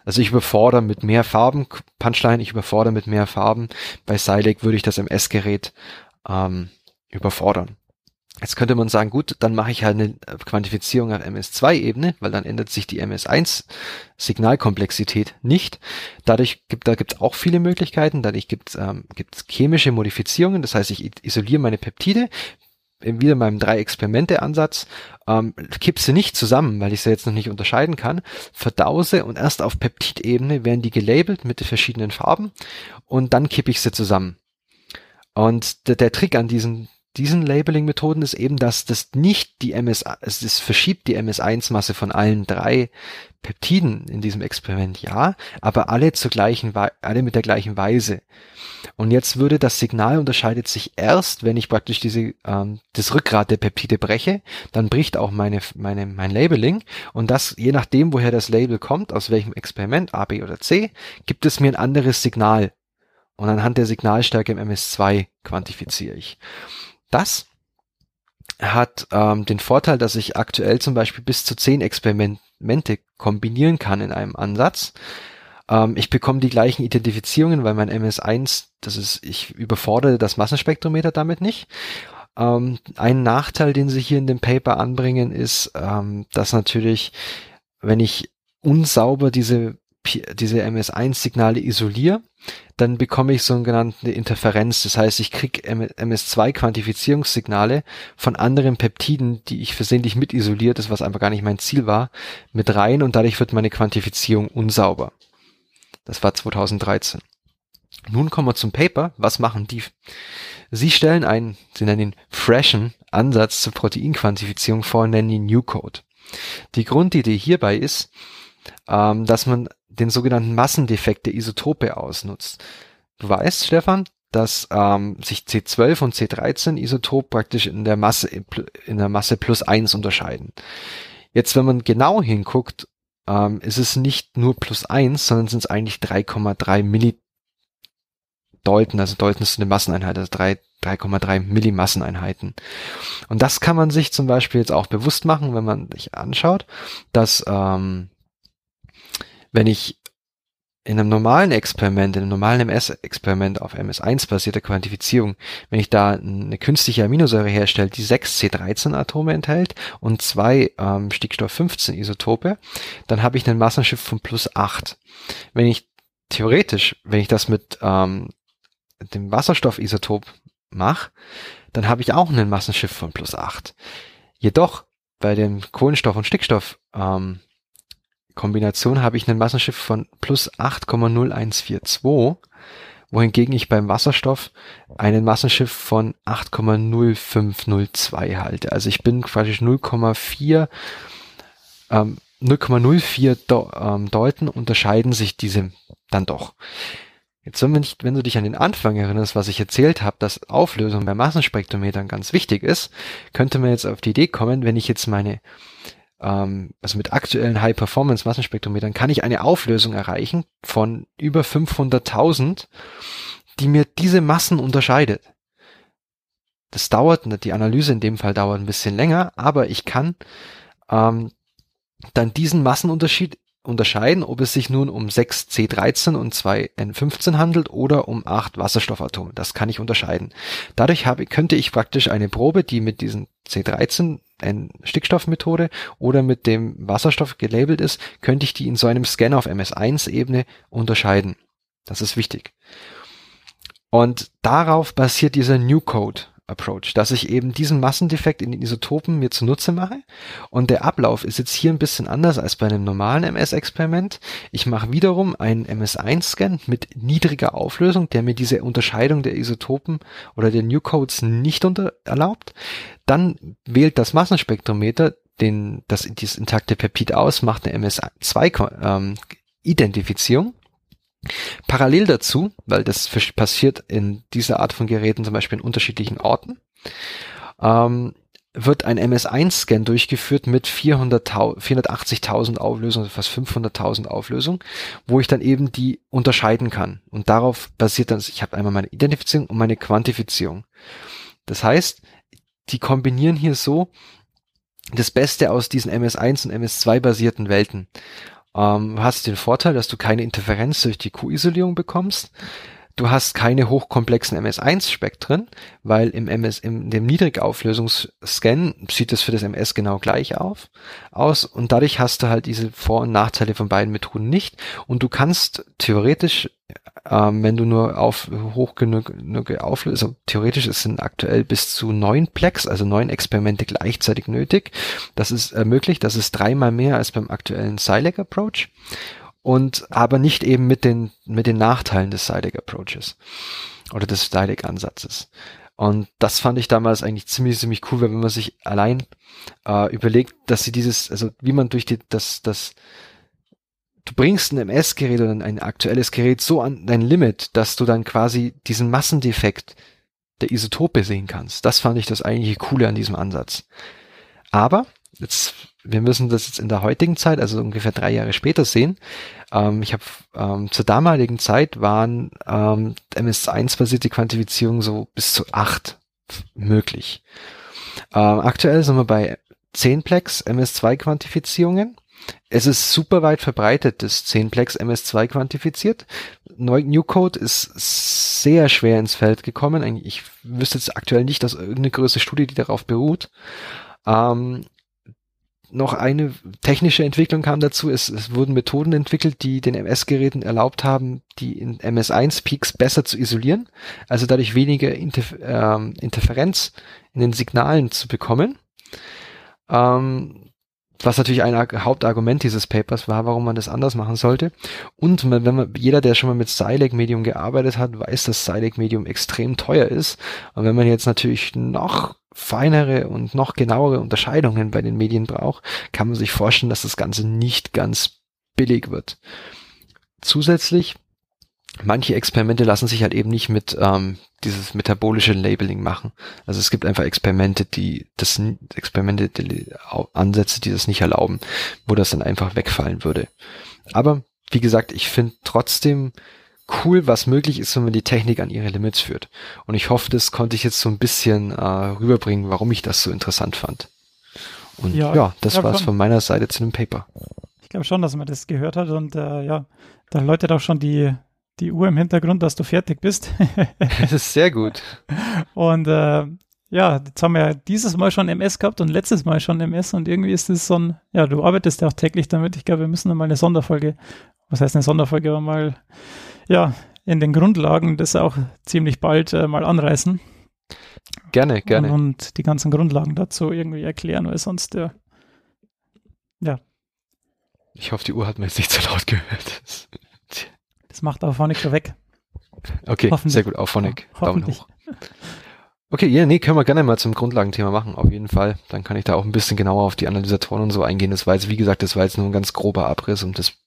Also ich überfordere mit mehr Farben, Punchline, ich überfordere mit mehr Farben. Bei Silex würde ich das MS-Gerät überfordern. Jetzt könnte man sagen, gut, dann mache ich halt eine Quantifizierung auf MS2-Ebene, weil dann ändert sich die MS1-Signalkomplexität nicht. Da gibt es auch viele Möglichkeiten. Dadurch gibt es chemische Modifizierungen. Das heißt, ich isoliere meine Peptide, wieder meinem 3-Experimente-Ansatz, kipp sie nicht zusammen, weil ich sie jetzt noch nicht unterscheiden kann, verdause und erst auf Peptidebene werden die gelabelt mit den verschiedenen Farben und dann kippe ich sie zusammen. Und der Trick an diesen Labeling-Methoden ist eben, dass das nicht es verschiebt die MS1-Masse von allen 3 Peptiden in diesem Experiment, ja, aber alle mit der gleichen Weise. Und jetzt würde das Signal unterscheidet sich erst, wenn ich praktisch das Rückgrat der Peptide breche, dann bricht auch mein Labeling und das, je nachdem, woher das Label kommt, aus welchem Experiment, A, B oder C, gibt es mir ein anderes Signal. Und anhand der Signalstärke im MS2 quantifiziere ich. Das hat den Vorteil, dass ich aktuell zum Beispiel bis zu 10 Experimente kombinieren kann in einem Ansatz. Ich bekomme die gleichen Identifizierungen, weil mein MS1, ich überfordere das Massenspektrometer damit nicht. Ein Nachteil, den sie hier in dem Paper anbringen, ist, dass natürlich, wenn ich unsauber diese MS1-Signale isoliere, dann bekomme ich sogenannte Interferenz. Das heißt, ich kriege MS2-Quantifizierungssignale von anderen Peptiden, die ich versehentlich mit isoliert, das was einfach gar nicht mein Ziel war, mit rein und dadurch wird meine Quantifizierung unsauber. Das war 2013. Nun kommen wir zum Paper. Was machen die? Sie nennen ihn freshen Ansatz zur Proteinquantifizierung vor, nennen ihn New Code. Die Grundidee hierbei ist, dass man den sogenannten Massendefekt der Isotope ausnutzt. Du weißt, Stefan, dass sich C12 und C13 Isotop praktisch in der Masse plus 1 unterscheiden. Jetzt, wenn man genau hinguckt, ist es nicht nur plus 1, sondern sind es eigentlich 3,3 Millidalton, also Dalton ist eine Masseneinheit, also 3,3 Millimasseneinheiten. Und das kann man sich zum Beispiel jetzt auch bewusst machen, wenn man sich anschaut, dass wenn ich in einem normalen MS-Experiment auf MS1-basierte Quantifizierung, wenn ich da eine künstliche Aminosäure herstelle, die 6 C13-Atome enthält und 2 Stickstoff-15-Isotope, dann habe ich einen Massenshift von plus 8. Wenn ich das mit dem Wasserstoffisotop mache, dann habe ich auch einen Massenshift von plus 8. Jedoch bei dem Kohlenstoff- und Stickstoff Kombination habe ich einen Massenshift von plus 8,0142, wohingegen ich beim Wasserstoff einen Massenshift von 8,0502 halte. Also ich bin praktisch 0,04 Dalton unterscheiden sich diese dann doch. Jetzt, wenn du dich an den Anfang erinnerst, was ich erzählt habe, dass Auflösung bei Massenspektrometern ganz wichtig ist, könnte man jetzt auf die Idee kommen, wenn ich jetzt also mit aktuellen High-Performance-Massenspektrometern kann ich eine Auflösung erreichen von über 500.000, die mir diese Massen unterscheidet. Das dauert, die Analyse in dem Fall dauert ein bisschen länger, aber ich kann dann diesen Massenunterschied unterscheiden, ob es sich nun um 6 C13 und 2 N15 handelt oder um 8 Wasserstoffatome. Das kann ich unterscheiden. Dadurch könnte ich praktisch eine Probe, die mit diesen C13 Stickstoffmethode oder mit dem Wasserstoff gelabelt ist, könnte ich die in so einem Scan auf MS1-Ebene unterscheiden. Das ist wichtig. Und darauf basiert dieser New Code Approach, dass ich eben diesen Massendefekt in den Isotopen mir zunutze mache. Und der Ablauf ist jetzt hier ein bisschen anders als bei einem normalen MS-Experiment. Ich mache wiederum einen MS1-Scan mit niedriger Auflösung, der mir diese Unterscheidung der Isotopen oder der New Codes nicht erlaubt. Dann wählt das Massenspektrometer dieses intakte Peptid aus, macht eine MS2-Identifizierung. Parallel dazu, weil das passiert in dieser Art von Geräten zum Beispiel in unterschiedlichen Orten, wird ein MS1-Scan durchgeführt mit 480.000 Auflösungen, also fast 500.000 Auflösungen, wo ich dann eben die unterscheiden kann. Und darauf basiert dann, ich habe einmal meine Identifizierung und meine Quantifizierung. Das heißt, die kombinieren hier so das Beste aus diesen MS1 und MS2 basierten Welten. Hast den Vorteil, dass du keine Interferenz durch die Q-Isolierung bekommst. Du hast keine hochkomplexen MS-1-Spektren, weil in dem Niedrigauflösungsscan sieht das für das MS genau gleich aus und dadurch hast du halt diese Vor- und Nachteile von beiden Methoden nicht und du kannst theoretisch, wenn du nur hoch genug Auflösung, also theoretisch sind aktuell bis zu 9 Plex, also 9 Experimente gleichzeitig nötig. Das ist möglich, das ist 3-mal mehr als beim aktuellen Silac Approach. Und aber nicht eben mit den Nachteilen des Silac Approaches oder des Silac Ansatzes. Und das fand ich damals eigentlich ziemlich cool, weil wenn man sich allein überlegt, dass sie also wie man durch du bringst ein MS-Gerät oder ein aktuelles Gerät so an dein Limit, dass du dann quasi diesen Massendefekt der Isotope sehen kannst. Das fand ich das eigentliche Coole an diesem Ansatz. Wir müssen das jetzt in der heutigen Zeit, also ungefähr 3 Jahre später sehen. Zur damaligen Zeit waren MS1-basierte Quantifizierung so bis zu 8 möglich. Aktuell sind wir bei 10-Plex MS2-Quantifizierungen. Es ist super weit verbreitet, dass 10-Plex MS2 quantifiziert. Newcode ist sehr schwer ins Feld gekommen. Ich wüsste jetzt aktuell nicht, dass irgendeine größere Studie, die darauf beruht. Noch eine technische Entwicklung kam dazu. Es wurden Methoden entwickelt, die den MS-Geräten erlaubt haben, die in MS1-Peaks besser zu isolieren, also dadurch weniger Interferenz in den Signalen zu bekommen. Was natürlich ein Hauptargument dieses Papers war, warum man das anders machen sollte. Und jeder, der schon mal mit Silac-Medium gearbeitet hat, weiß, dass Silac-Medium extrem teuer ist. Und wenn man jetzt natürlich noch feinere und noch genauere Unterscheidungen bei den Medien braucht, kann man sich vorstellen, dass das Ganze nicht ganz billig wird. Zusätzlich, manche Experimente lassen sich halt eben nicht mit dieses metabolische Labeling machen. Also es gibt einfach Ansätze, die das nicht erlauben, wo das dann einfach wegfallen würde. Aber wie gesagt, ich finde trotzdem cool, was möglich ist, wenn man die Technik an ihre Limits führt. Und ich hoffe, das konnte ich jetzt so ein bisschen rüberbringen, warum ich das so interessant fand. Und das war's von meiner Seite zu dem Paper. Ich glaube schon, dass man das gehört hat und da läutet auch schon die Uhr im Hintergrund, dass du fertig bist. Das ist sehr gut. Und jetzt haben wir ja dieses Mal schon MS gehabt und letztes Mal schon MS und irgendwie ist es so du arbeitest ja auch täglich damit. Ich glaube, wir müssen mal eine Sonderfolge, aber mal in den Grundlagen das auch ziemlich bald mal anreißen. Gerne. Und die ganzen Grundlagen dazu irgendwie erklären, weil sonst Ich hoffe, die Uhr hat mir jetzt nicht so laut gehört. Das macht Auphonic schon weg. Okay, sehr gut, Auphonic. Daumen Hoffentlich. hoch. Okay, können wir gerne mal zum Grundlagenthema machen, auf jeden Fall. Dann kann ich da auch ein bisschen genauer auf die Analysatoren und so eingehen. Das war jetzt nur ein ganz grober Abriss und das,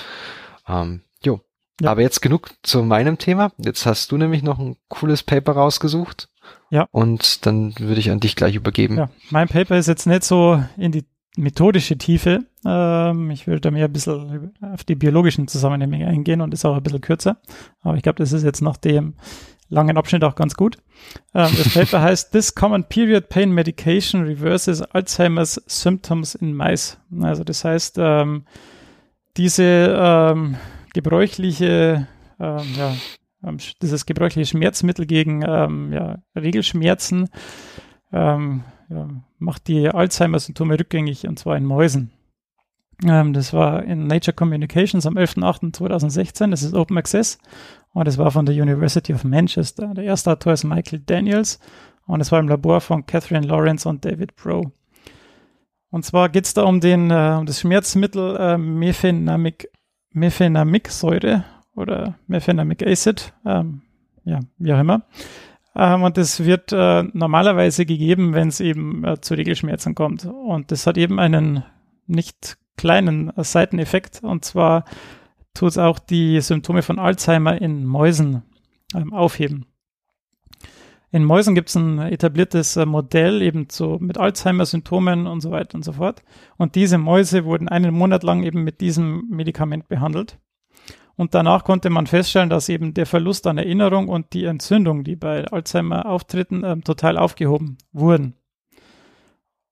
Ja. Aber jetzt genug zu meinem Thema. Jetzt hast du nämlich noch ein cooles Paper rausgesucht. Ja. Und dann würde ich an dich gleich übergeben. Ja, mein Paper ist jetzt nicht so in die methodische Tiefe. Ich will da mehr ein bisschen auf die biologischen Zusammenhänge eingehen und ist auch ein bisschen kürzer. Aber ich glaube, das ist jetzt nach dem langen Abschnitt auch ganz gut. Das Paper heißt This Common Period Pain Medication Reverses Alzheimer's Symptoms in Mice. Also das heißt, dieses gebräuchliche Schmerzmittel gegen Regelschmerzen macht die Alzheimer-Symptome rückgängig, und zwar in Mäusen. Das war in Nature Communications am 11.08.2016. Das ist Open Access und das war von der University of Manchester. Der erste Autor ist Michael Daniels und es war im Labor von Catherine Lawrence und David Bro. Und zwar geht es da um das Schmerzmittel Mefenamicsäure oder Mefenamic Acid, wie auch immer. Und das wird normalerweise gegeben, wenn es eben zu Regelschmerzen kommt. Und das hat eben einen nicht kleinen Seiteneffekt. Und zwar tut es auch die Symptome von Alzheimer in Mäusen aufheben. In Mäusen gibt es ein etabliertes Modell eben mit Alzheimer-Symptomen und so weiter und so fort. Und diese Mäuse wurden einen Monat lang eben mit diesem Medikament behandelt. Und danach konnte man feststellen, dass eben der Verlust an Erinnerung und die Entzündung, die bei Alzheimer auftreten, total aufgehoben wurden.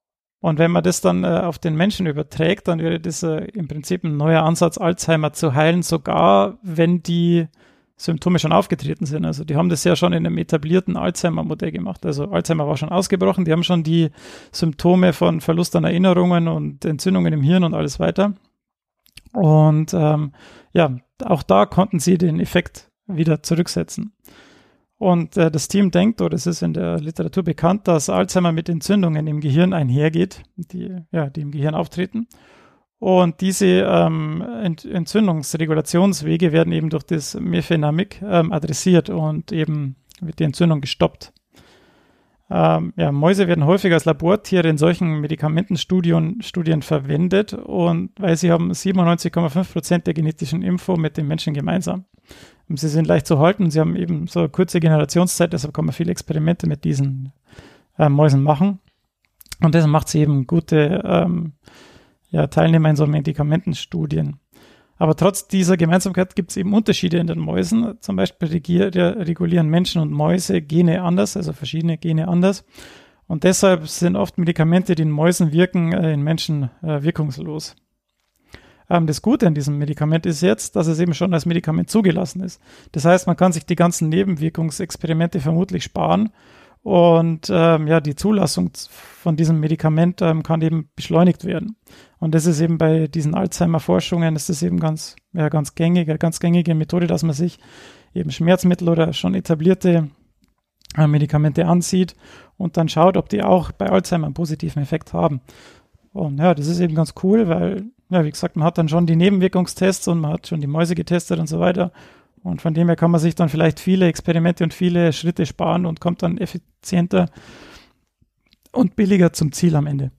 Und wenn man das dann auf den Menschen überträgt, dann wäre das im Prinzip ein neuer Ansatz, Alzheimer zu heilen, sogar wenn die Symptome schon aufgetreten sind. Also die haben das ja schon in einem etablierten Alzheimer-Modell gemacht. Also Alzheimer war schon ausgebrochen, die haben schon die Symptome von Verlust an Erinnerungen und Entzündungen im Hirn und alles weiter. Und auch da konnten sie den Effekt wieder zurücksetzen. Und das Team denkt, oder es ist in der Literatur bekannt, dass Alzheimer mit Entzündungen im Gehirn einhergeht, die im Gehirn auftreten. Und diese Entzündungsregulationswege werden eben durch das Mefenamic adressiert und eben wird die Entzündung gestoppt. Mäuse werden häufig als Labortiere in solchen Medikamentenstudien verwendet, und weil sie haben 97,5% der genetischen Info mit den Menschen gemeinsam. Und sie sind leicht zu halten und sie haben eben so eine kurze Generationszeit, deshalb kann man viele Experimente mit diesen Mäusen machen. Und das macht sie eben gute Teilnehmer in so Medikamentenstudien. Aber trotz dieser Gemeinsamkeit gibt es eben Unterschiede in den Mäusen. Zum Beispiel regulieren Menschen und Mäuse Gene anders, also verschiedene Gene anders. Und deshalb sind oft Medikamente, die in Mäusen wirken, in Menschen wirkungslos. Das Gute an diesem Medikament ist jetzt, dass es eben schon als Medikament zugelassen ist. Das heißt, man kann sich die ganzen Nebenwirkungsexperimente vermutlich sparen. Und die Zulassung von diesem Medikament kann eben beschleunigt werden. Und das ist eben bei diesen Alzheimer-Forschungen, ist das eben ganz gängige Methode, dass man sich eben Schmerzmittel oder schon etablierte Medikamente ansieht und dann schaut, ob die auch bei Alzheimer einen positiven Effekt haben. Und ja, das ist eben ganz cool, weil, wie gesagt, man hat dann schon die Nebenwirkungstests und man hat schon die Mäuse getestet und so weiter. Und von dem her kann man sich dann vielleicht viele Experimente und viele Schritte sparen und kommt dann effizienter und billiger zum Ziel am Ende.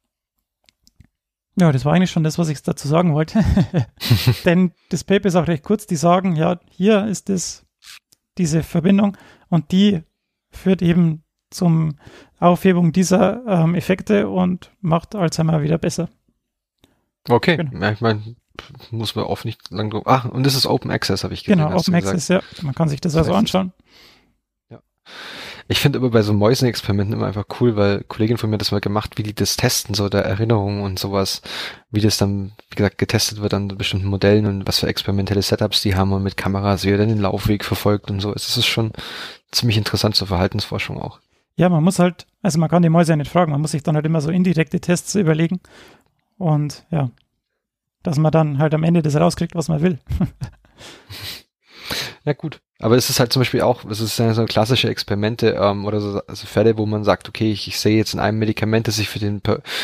Ja, das war eigentlich schon das, was ich dazu sagen wollte. Denn das Paper ist auch recht kurz. Die sagen, ja, hier ist diese Verbindung und die führt eben zum Aufhebung dieser Effekte und macht Alzheimer wieder besser. Okay, Genau. Ich meine, muss man oft nicht lang drum. Ach, und das ist Open Access, habe ich gesehen. Genau, Open Access, ja. Man kann sich das also anschauen. Ja. Ich finde aber bei so Mäusenexperimenten immer einfach cool, weil Kollegin von mir hat das mal gemacht, wie die das testen, so der Erinnerung und sowas, wie das dann, wie gesagt, getestet wird an bestimmten Modellen und was für experimentelle Setups die haben und mit Kameras, wie er dann den Laufweg verfolgt und so. Es ist schon ziemlich interessant zur Verhaltensforschung auch. Ja, man muss halt, also man kann die Mäuse ja nicht fragen, man muss sich dann halt immer so indirekte Tests überlegen und ja, dass man dann halt am Ende das rauskriegt, was man will. Ja gut, aber es ist halt zum Beispiel auch, es ist ja so klassische Experimente oder so also Fälle, wo man sagt, okay, ich sehe jetzt in einem Medikament, das sich für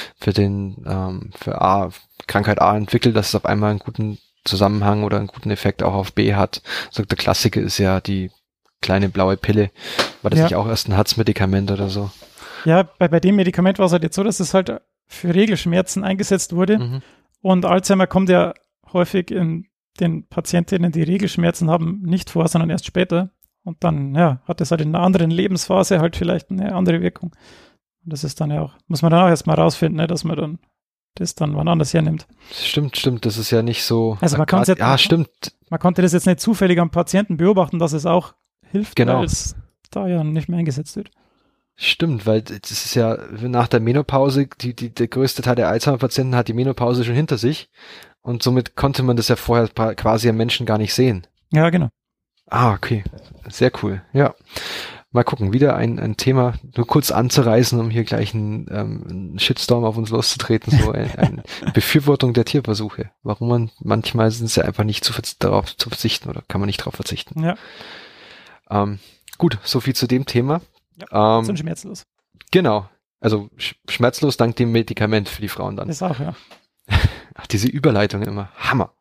Krankheit A entwickelt, dass es auf einmal einen guten Zusammenhang oder einen guten Effekt auch auf B hat. So der Klassiker ist ja die kleine blaue Pille. War das nicht auch erst ein Herzmedikament oder so? Ja, bei dem Medikament war es halt jetzt so, dass es halt für Regelschmerzen eingesetzt wurde. Mhm. Und Alzheimer kommt ja häufig in den Patientinnen, die Regelschmerzen haben, nicht vor, sondern erst später. Und dann, hat es halt in einer anderen Lebensphase halt vielleicht eine andere Wirkung. Und das ist dann ja auch, muss man dann auch erstmal rausfinden, ne, dass man dann das dann wann anders hernimmt. Stimmt, das ist ja nicht so. Also man kann stimmt. Man konnte das jetzt nicht zufällig am Patienten beobachten, dass es auch hilft, weil es da ja nicht mehr eingesetzt wird. Stimmt, weil das ist ja nach der Menopause, der größte Teil der Alzheimer-Patienten hat die Menopause schon hinter sich und somit konnte man das ja vorher quasi am Menschen gar nicht sehen. Ja, genau. Ah, okay. Sehr cool. Ja. Mal gucken, wieder ein Thema nur kurz anzureißen, um hier gleich einen Shitstorm auf uns loszutreten, so eine Befürwortung der Tierversuche. Warum manchmal sind es ja einfach nicht darauf zu verzichten oder kann man nicht darauf verzichten. Ja. Gut, so viel zu dem Thema. Ja, sind schmerzlos. Genau. Also schmerzlos dank dem Medikament für die Frauen dann. Das auch, ja. Ach, diese Überleitung immer. Hammer.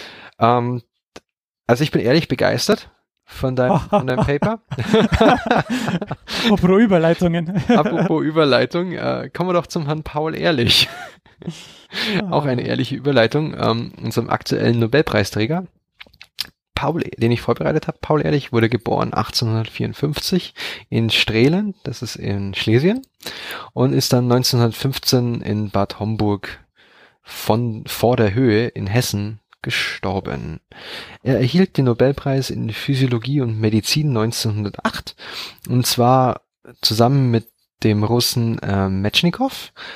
Also ich bin ehrlich begeistert von deinem Paper. Apropos Überleitungen. Apropos Überleitung, kommen wir doch zum Herrn Paul Ehrlich. Auch eine ehrliche Überleitung, unserem aktuellen Nobelpreisträger. Paul, den ich vorbereitet habe, Paul Ehrlich, wurde geboren 1854 in Strehlen, das ist in Schlesien, und ist dann 1915 in Bad Homburg vor der Höhe in Hessen gestorben. Er erhielt den Nobelpreis in Physiologie und Medizin 1908, und zwar zusammen mit dem Russen Metschnikow.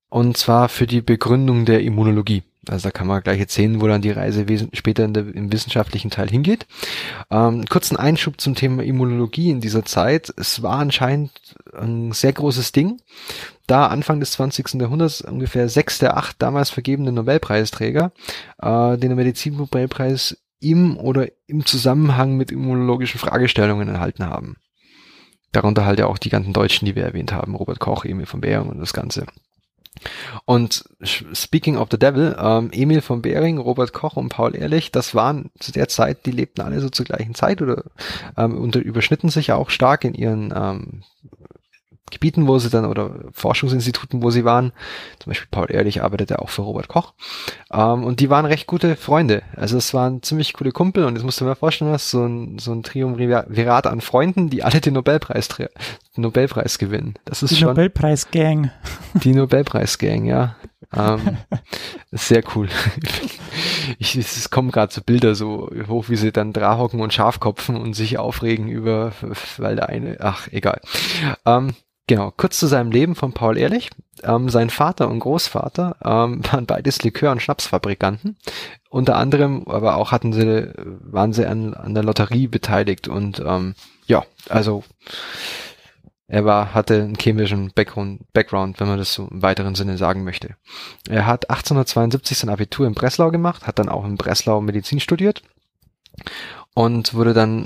Und zwar für die Begründung der Immunologie. Also da kann man gleich erzählen, wo dann die Reise später im wissenschaftlichen Teil hingeht. Kurzen Einschub zum Thema Immunologie in dieser Zeit. Es war anscheinend ein sehr großes Ding, da Anfang des 20. Jahrhunderts ungefähr 6 der 8 damals vergebenen Nobelpreisträger den Medizinnobelpreis im Zusammenhang mit immunologischen Fragestellungen erhalten haben. Darunter halt ja auch die ganzen Deutschen, die wir erwähnt haben, Robert Koch, Emil von Behring und das Ganze. Und speaking of the devil, Emil von Behring, Robert Koch und Paul Ehrlich, das waren zu der Zeit, die lebten alle so zur gleichen Zeit oder überschnitten sich ja auch stark in ihren Gebieten, wo sie dann, oder Forschungsinstituten, wo sie waren. Zum Beispiel Paul Ehrlich arbeitete auch für Robert Koch. Und die waren recht gute Freunde. Also es waren ziemlich coole Kumpel und jetzt musst du mir vorstellen, was so ein Triumvirat an Freunden, die alle den Nobelpreis gewinnen. Das ist die schon Nobelpreis-Gang. Die Nobelpreis-Gang, ja. Sehr cool. Es kommen gerade so Bilder so hoch, wie sie dann hocken und Schafkopfen und sich aufregen über, weil der eine, egal. Genau, kurz zu seinem Leben von Paul Ehrlich. Sein Vater und Großvater waren beides Likör- und Schnapsfabrikanten. Unter anderem, aber auch waren sie an der Lotterie beteiligt und also er hatte einen chemischen Background, wenn man das so im weiteren Sinne sagen möchte. Er hat 1872 sein Abitur in Breslau gemacht, hat dann auch in Breslau Medizin studiert und wurde dann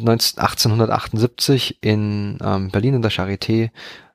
1878 in Berlin in der Charité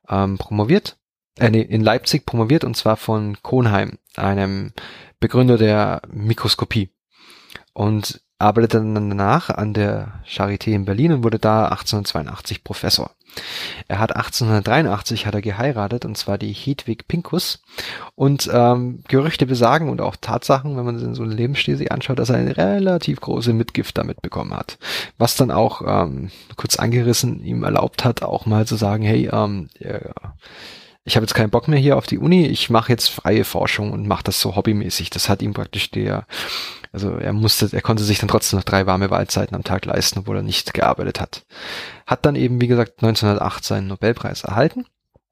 in Leipzig promoviert, und zwar von Cohnheim, einem Begründer der Mikroskopie. Und arbeitete dann danach an der Charité in Berlin und wurde da 1882 Professor. Er hat 1883 geheiratet, und zwar die Hedwig Pinkus. Und Gerüchte besagen und auch Tatsachen, wenn man so eine Lebensstil sich anschaut, dass er eine relativ große Mitgift damit bekommen hat. Was dann auch kurz angerissen ihm erlaubt hat, auch mal zu sagen, hey, ich habe jetzt keinen Bock mehr hier auf die Uni, ich mache jetzt freie Forschung und mache das so hobbymäßig. Das hat ihm praktisch er konnte sich dann trotzdem noch 3 warme Mahlzeiten am Tag leisten, obwohl er nicht gearbeitet hat. Hat dann eben, wie gesagt, 1908 seinen Nobelpreis erhalten.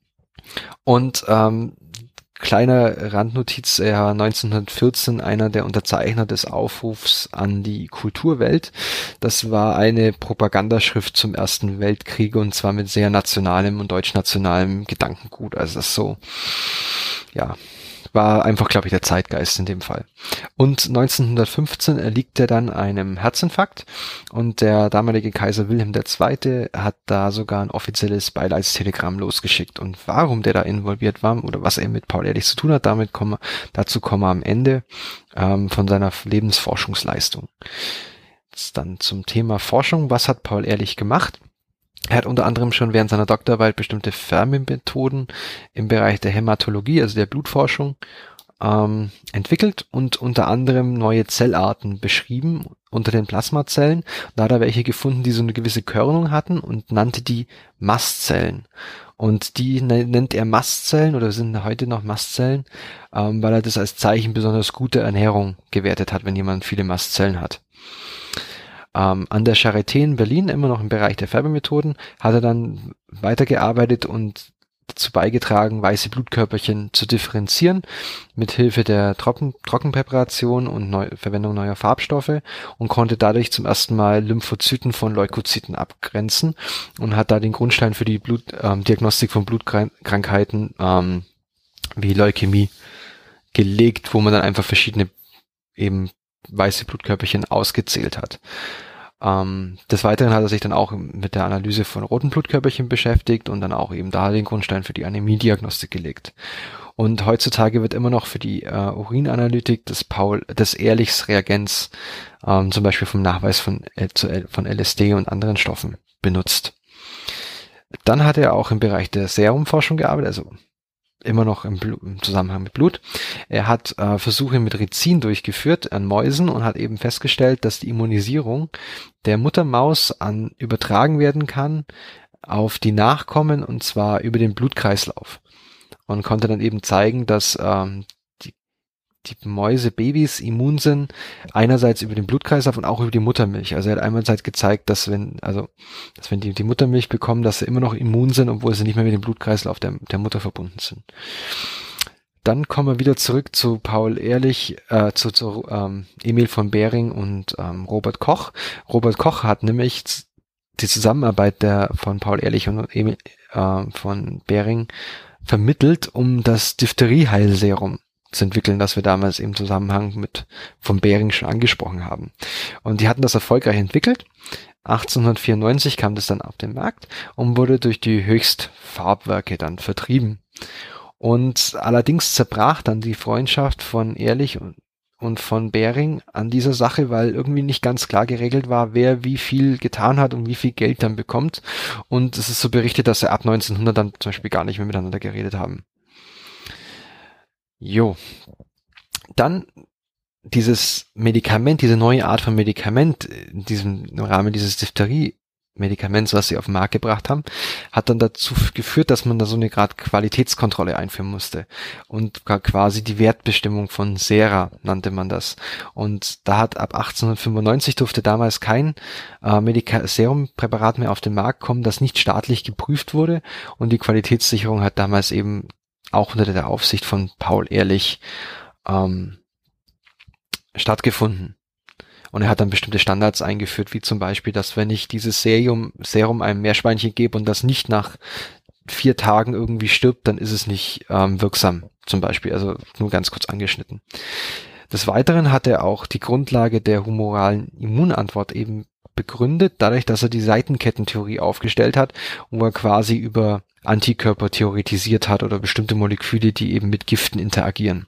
Und kleiner Randnotiz, er war 1914 einer der Unterzeichner des Aufrufs an die Kulturwelt. Das war eine Propagandaschrift zum Ersten Weltkrieg, und zwar mit sehr nationalem und deutschnationalem Gedankengut. Also das so, ja, war einfach, glaube ich, der Zeitgeist in dem Fall. Und 1915 erliegt er dann einem Herzinfarkt, und der damalige Kaiser Wilhelm II. Hat da sogar ein offizielles Beileidstelegramm losgeschickt. Und warum der da involviert war oder was er mit Paul Ehrlich zu tun hat, dazu kommen wir am Ende von seiner Lebensforschungsleistung. Jetzt dann zum Thema Forschung. Was hat Paul Ehrlich gemacht? Er hat unter anderem schon während seiner Doktorarbeit bestimmte Fermi-Methoden im Bereich der Hämatologie, also der Blutforschung, entwickelt und unter anderem neue Zellarten beschrieben unter den Plasmazellen. Da hat er welche gefunden, die so eine gewisse Körnung hatten, und nannte die Mastzellen. Und die nennt er Mastzellen, oder sind heute noch Mastzellen, weil er das als Zeichen besonders guter Ernährung gewertet hat, wenn jemand viele Mastzellen hat. An der Charité in Berlin, immer noch im Bereich der Färbemethoden, hat er dann weitergearbeitet und dazu beigetragen, weiße Blutkörperchen zu differenzieren, mit Hilfe der Trockenpräparation und Verwendung neuer Farbstoffe, und konnte dadurch zum ersten Mal Lymphozyten von Leukozyten abgrenzen und hat da den Grundstein für die Diagnostik von Blutkrankheiten wie Leukämie gelegt, wo man dann einfach verschiedene eben weiße Blutkörperchen ausgezählt hat. Des Weiteren hat er sich dann auch mit der Analyse von roten Blutkörperchen beschäftigt und dann auch eben da den Grundstein für die Anämiediagnostik gelegt. Und heutzutage wird immer noch für die Urinanalytik des Ehrlichs Reagenz zum Beispiel vom Nachweis von LSD und anderen Stoffen benutzt. Dann hat er auch im Bereich der Serumforschung gearbeitet, also immer noch im Zusammenhang mit Blut. Er hat Versuche mit Rizin durchgeführt an Mäusen und hat eben festgestellt, dass die Immunisierung der Muttermaus übertragen werden kann auf die Nachkommen, und zwar über den Blutkreislauf. Und konnte dann eben zeigen, dass die Mäusebabys immun sind, einerseits über den Blutkreislauf und auch über die Muttermilch. Also er hat einerseits gezeigt, dass wenn die Muttermilch bekommen, dass sie immer noch immun sind, obwohl sie nicht mehr mit dem Blutkreislauf der Mutter verbunden sind. dann kommen wir wieder zurück zu Paul Ehrlich, zu Emil von Behring und Robert Koch. Robert Koch hat nämlich die Zusammenarbeit von Paul Ehrlich und Emil von Behring vermittelt, um das Diphtherie-Heilserum zu entwickeln, das wir damals im Zusammenhang mit von Behring schon angesprochen haben. Und die hatten das erfolgreich entwickelt. 1894 kam das dann auf den Markt und wurde durch die Höchst-Farbwerke dann vertrieben. Und allerdings zerbrach dann die Freundschaft von Ehrlich und von Behring an dieser Sache, weil irgendwie nicht ganz klar geregelt war, wer wie viel getan hat und wie viel Geld dann bekommt. Und es ist so berichtet, dass sie ab 1900 dann zum Beispiel gar nicht mehr miteinander geredet haben. Jo. Dann dieses Medikament, diese neue Art von Medikament im Rahmen dieses Diphtherie-Medikaments, was sie auf den Markt gebracht haben, hat dann dazu geführt, dass man da so eine Grad Qualitätskontrolle einführen musste. Und quasi die Wertbestimmung von Sera nannte man das. Und da hat ab 1895 durfte damals kein Serumpräparat mehr auf den Markt kommen, das nicht staatlich geprüft wurde. Und die Qualitätssicherung hat damals eben auch unter der Aufsicht von Paul Ehrlich stattgefunden. Und er hat dann bestimmte Standards eingeführt, wie zum Beispiel, dass wenn ich dieses Serum einem Meerschweinchen gebe und das nicht nach 4 Tagen irgendwie stirbt, dann ist es nicht wirksam, zum Beispiel. Also nur ganz kurz angeschnitten. Des Weiteren hat er auch die Grundlage der humoralen Immunantwort eben begründet, dadurch, dass er die Seitenkettentheorie aufgestellt hat, wo er quasi über Antikörper theoretisiert hat oder bestimmte Moleküle, die eben mit Giften interagieren.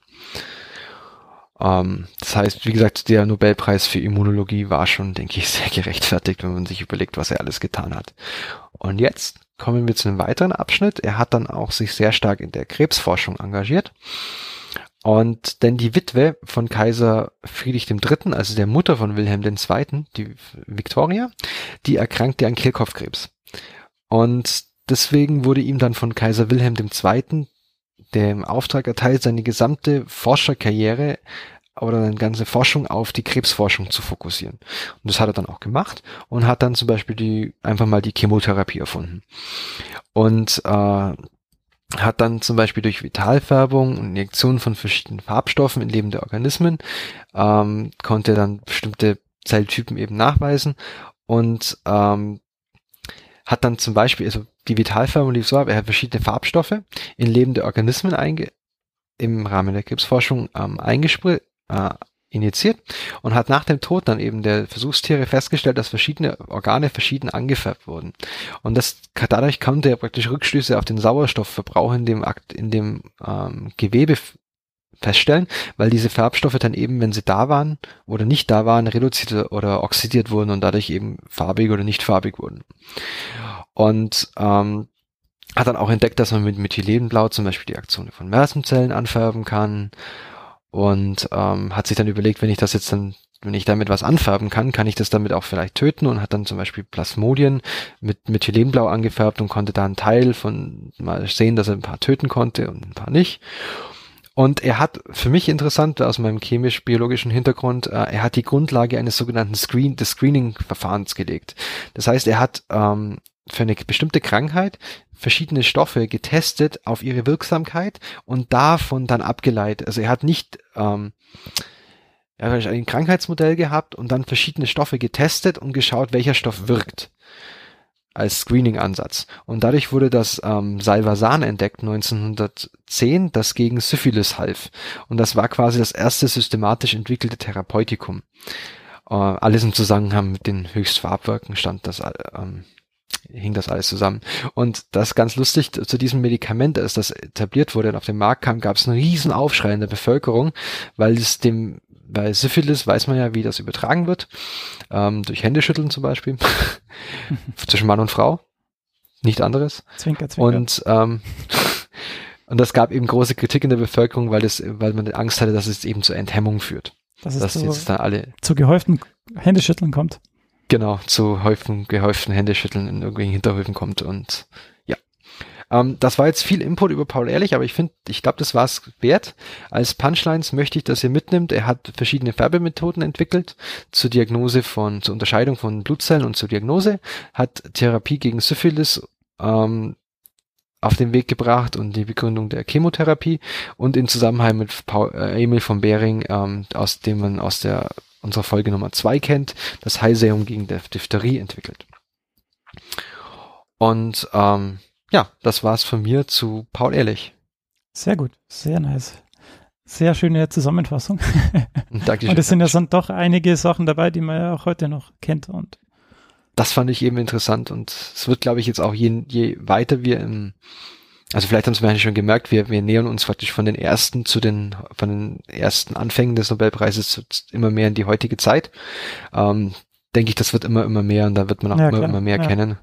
Das heißt, wie gesagt, der Nobelpreis für Immunologie war schon, denke ich, sehr gerechtfertigt, wenn man sich überlegt, was er alles getan hat. Und jetzt kommen wir zu einem weiteren Abschnitt. Er hat dann auch sich sehr stark in der Krebsforschung engagiert. Und denn die Witwe von Kaiser Friedrich III., also der Mutter von Wilhelm II., die Victoria, die erkrankte an Kehlkopfkrebs. Und deswegen wurde ihm dann von Kaiser Wilhelm II. Dem Auftrag erteilt, seine gesamte Forscherkarriere oder seine ganze Forschung auf die Krebsforschung zu fokussieren. Und das hat er dann auch gemacht und hat dann zum Beispiel einfach mal die Chemotherapie erfunden. Und hat dann zum Beispiel durch Vitalfärbung und Injektionen von verschiedenen Farbstoffen in lebende Organismen konnte dann bestimmte Zelltypen eben nachweisen und hat dann zum Beispiel, also die Vitalfärbung lief so ab, er hat verschiedene Farbstoffe in lebende Organismen im Rahmen der Krebsforschung injiziert und hat nach dem Tod dann eben der Versuchstiere festgestellt, dass verschiedene Organe verschieden angefärbt wurden. Und dadurch konnte er praktisch Rückschlüsse auf den Sauerstoffverbrauch in dem Gewebe feststellen, weil diese Farbstoffe dann eben, wenn sie da waren oder nicht da waren, reduziert oder oxidiert wurden und dadurch eben farbig oder nicht farbig wurden. Und hat dann auch entdeckt, dass man mit Methylenblau zum Beispiel die Aktionen von Mersenzellen anfärben kann und hat sich dann überlegt, wenn ich damit was anfärben kann ich das damit auch vielleicht töten und hat dann zum Beispiel Plasmodien mit Methylenblau angefärbt und konnte da einen Teil von mal sehen, dass er ein paar töten konnte und ein paar nicht. Und er hat, für mich interessant, aus meinem chemisch-biologischen Hintergrund, er hat die Grundlage eines sogenannten des Screening-Verfahrens gelegt. Das heißt, er hat für eine bestimmte Krankheit verschiedene Stoffe getestet auf ihre Wirksamkeit und davon dann abgeleitet. Also er hat nicht er hat ein Krankheitsmodell gehabt und dann verschiedene Stoffe getestet und geschaut, welcher Stoff wirkt als Screening-Ansatz. Und dadurch wurde das Salvarsan entdeckt 1910, das gegen Syphilis half. Und das war quasi das erste systematisch entwickelte Therapeutikum. Alles im Zusammenhang mit den Höchstfarbwerken hing das alles zusammen. Und das ist ganz lustig, zu diesem Medikament, als das etabliert wurde und auf den Markt kam, gab es einen riesen Aufschrei in der Bevölkerung, weil Syphilis weiß man ja, wie das übertragen wird, durch Händeschütteln zum Beispiel, zwischen Mann und Frau, nicht anderes. Zwinker, zwinker. Und das gab eben große Kritik in der Bevölkerung, weil man Angst hatte, dass es eben zur Enthemmung führt. Dass es jetzt dann alle zu gehäuften Händeschütteln kommt. Genau, zu gehäuften Händeschütteln in irgendwelchen Hinterhöfen kommt und ja. Das war jetzt viel Input über Paul Ehrlich, aber ich glaube, das war es wert. Als Punchlines möchte ich, dass ihr mitnimmt. Er hat verschiedene Färbemethoden entwickelt zur Unterscheidung von Blutzellen und zur Diagnose, hat Therapie gegen Syphilis auf den Weg gebracht und die Begründung der Chemotherapie und in Zusammenhang mit Emil von Behring, aus dem man unserer Folge Nummer 2 kennt, das Heilserum gegen Diphtherie entwickelt. Und das war's von mir zu Paul Ehrlich. Sehr gut, sehr nice. Sehr schöne Zusammenfassung. Dankeschön. Und es sind ja dann doch einige Sachen dabei, die man ja auch heute noch kennt. Und das fand ich eben interessant und es wird, glaube ich, jetzt auch je weiter wir also vielleicht haben Sie es schon gemerkt, wir nähern uns praktisch von den ersten Anfängen des Nobelpreises immer mehr in die heutige Zeit. Denke ich, das wird immer mehr und da wird man auch immer mehr kennen.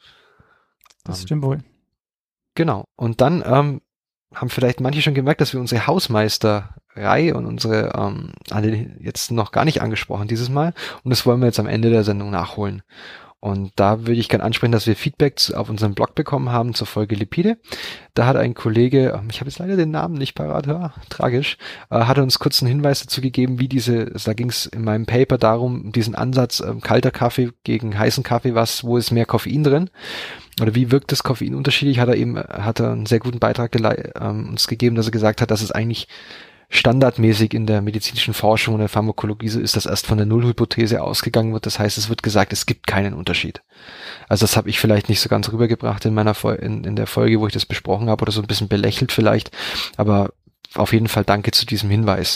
Das stimmt wohl. Genau. Und dann haben vielleicht manche schon gemerkt, dass wir unsere Hausmeisterei und unsere alle jetzt noch gar nicht angesprochen dieses Mal. Und das wollen wir jetzt am Ende der Sendung nachholen. Und da würde ich gerne ansprechen, dass wir Feedback auf unserem Blog bekommen haben zur Folge Lipide. Da hat ein Kollege, ich habe jetzt leider den Namen nicht parat, tragisch, hat uns kurz einen Hinweis dazu gegeben, da ging es in meinem Paper darum, diesen Ansatz kalter Kaffee gegen heißen Kaffee, wo ist mehr Koffein drin? Oder wie wirkt das Koffein unterschiedlich? Hat er einen sehr guten Beitrag uns gegeben, dass er gesagt hat, dass es eigentlich standardmäßig in der medizinischen Forschung und der Pharmakologie so ist, dass erst von der Nullhypothese ausgegangen wird. Das heißt, es wird gesagt, es gibt keinen Unterschied. Also das habe ich vielleicht nicht so ganz rübergebracht in der Folge, wo ich das besprochen habe oder so ein bisschen belächelt vielleicht. Aber auf jeden Fall danke zu diesem Hinweis.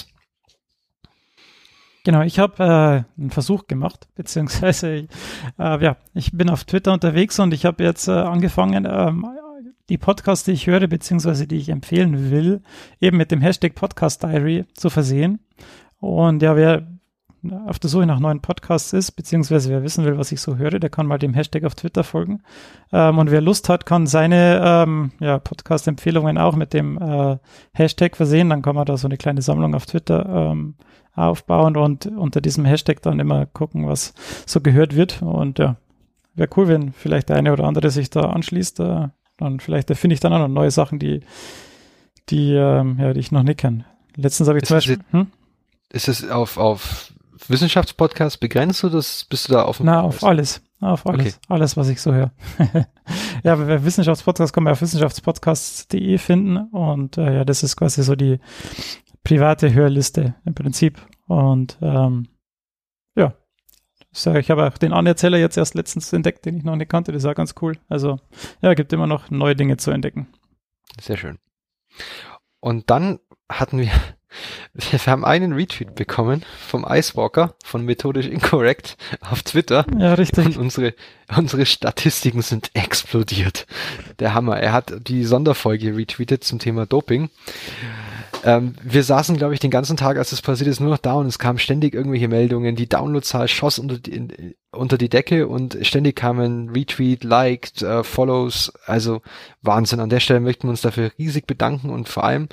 Genau, ich habe einen Versuch gemacht, beziehungsweise ich bin auf Twitter unterwegs und ich habe jetzt angefangen, die Podcasts, die ich höre, beziehungsweise die ich empfehlen will, eben mit dem Hashtag Podcast Diary zu versehen. Und ja, wer auf der Suche nach neuen Podcasts ist, beziehungsweise wer wissen will, was ich so höre, der kann mal dem Hashtag auf Twitter folgen. Und wer Lust hat, kann seine Podcast-Empfehlungen auch mit dem Hashtag versehen. Dann kann man da so eine kleine Sammlung auf Twitter aufbauen und unter diesem Hashtag dann immer gucken, was so gehört wird. Und ja, wäre cool, wenn vielleicht der eine oder andere sich da anschließt. Dann vielleicht finde ich dann auch noch neue Sachen, die ich noch nicht kenne. Letztens habe ich zum Beispiel... Ist es auf Wissenschaftspodcasts begrenzt oder bist du da offen? Na, auf alles. Okay. Alles, was ich so höre. Ja, bei Wissenschaftspodcasts kann man auf wissenschaftspodcasts.de finden und das ist quasi so die private Hörliste im Prinzip. Und ich habe auch den Anerzähler jetzt erst letztens entdeckt, den ich noch nicht kannte. Das ist auch ganz cool. Also ja, gibt immer noch neue Dinge zu entdecken. Sehr schön. Und dann hatten wir haben einen Retweet bekommen vom Icewalker von Methodisch Incorrect auf Twitter. Ja, richtig. Und unsere Statistiken sind explodiert. Der Hammer. Er hat die Sonderfolge retweetet zum Thema Doping. Wir saßen, glaube ich, den ganzen Tag, als das passiert ist, nur noch da und es kamen ständig irgendwelche Meldungen. Die Downloadzahl schoss unter die Decke und ständig kamen Retweet, Liked, Follows. Also Wahnsinn. An der Stelle möchten wir uns dafür riesig bedanken und vor allem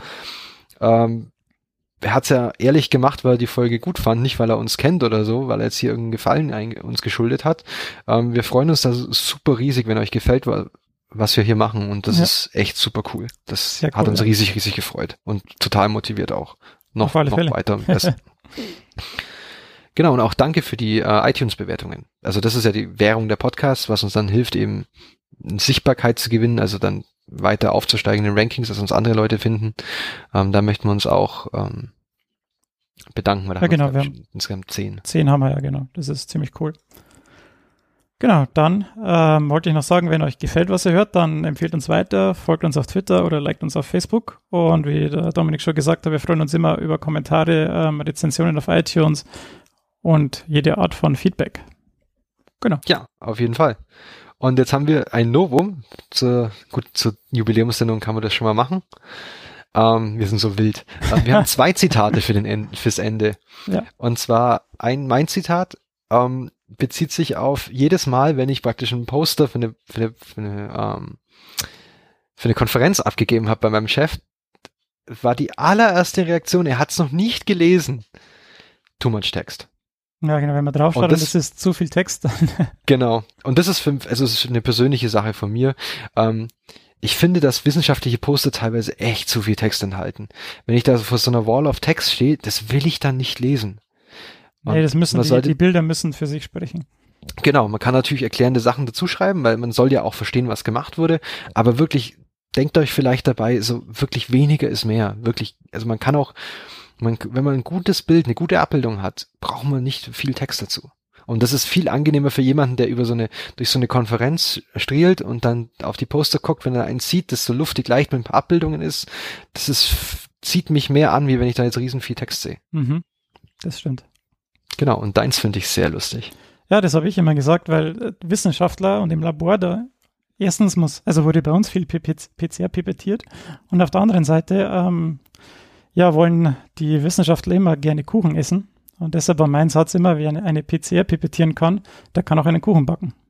er hat es ja ehrlich gemacht, weil er die Folge gut fand, nicht weil er uns kennt oder so, weil er jetzt hier irgendeinen Gefallen uns geschuldet hat. Wir freuen uns da super riesig, wenn euch gefällt, was wir hier machen und das ist echt super cool. Das hat uns riesig, riesig gefreut und total motiviert auch. Noch weiter. Genau, und auch danke für die iTunes-Bewertungen. Also das ist ja die Währung der Podcasts, was uns dann hilft, eben Sichtbarkeit zu gewinnen, also dann weiter aufzusteigen in den Rankings, dass uns andere Leute finden. Da möchten wir uns auch bedanken. Weil wir haben insgesamt 10. 10 haben wir, ja genau. Das ist ziemlich cool. Genau, dann wollte ich noch sagen, wenn euch gefällt, was ihr hört, dann empfehlt uns weiter, folgt uns auf Twitter oder liked uns auf Facebook. Und wie der Dominik schon gesagt hat, wir freuen uns immer über Kommentare, Rezensionen auf iTunes und jede Art von Feedback. Genau. Ja, auf jeden Fall. Und jetzt haben wir ein Novum. Zur Jubiläumssendung kann man das schon mal machen. Wir sind so wild. Wir haben 2 Zitate fürs Ende. Ja. Und zwar mein Zitat bezieht sich auf jedes Mal, wenn ich praktisch einen Poster für eine Konferenz abgegeben habe bei meinem Chef, war die allererste Reaktion, er hat es noch nicht gelesen. Too much text. Ja, genau, wenn man draufschaut und das ist zu viel Text, dann. Genau. Und das ist es ist eine persönliche Sache von mir. Ich finde, dass wissenschaftliche Poster teilweise echt zu viel Text enthalten. Wenn ich da vor so einer Wall of Text stehe, das will ich dann nicht lesen. Nee, das müssen die Bilder müssen für sich sprechen. Genau, man kann natürlich erklärende Sachen dazu schreiben, weil man soll ja auch verstehen, was gemacht wurde, aber wirklich denkt euch vielleicht dabei, so wirklich weniger ist mehr. Wirklich, also man kann auch, wenn man ein gutes Bild, eine gute Abbildung hat, braucht man nicht viel Text dazu. Und das ist viel angenehmer für jemanden, der durch so eine Konferenz strielt und dann auf die Poster guckt, wenn er einen sieht, das so luftig leicht mit ein paar Abbildungen ist. Zieht mich mehr an, wie wenn ich da jetzt riesen viel Text sehe. Das stimmt. Genau, und deins finde ich sehr lustig. Ja, das habe ich immer gesagt, weil Wissenschaftler und im Labor da erstens wurde bei uns viel PCR pipettiert und auf der anderen Seite wollen die Wissenschaftler immer gerne Kuchen essen. Und deshalb war mein Satz immer, wer eine PCR pipettieren kann, der kann auch einen Kuchen backen.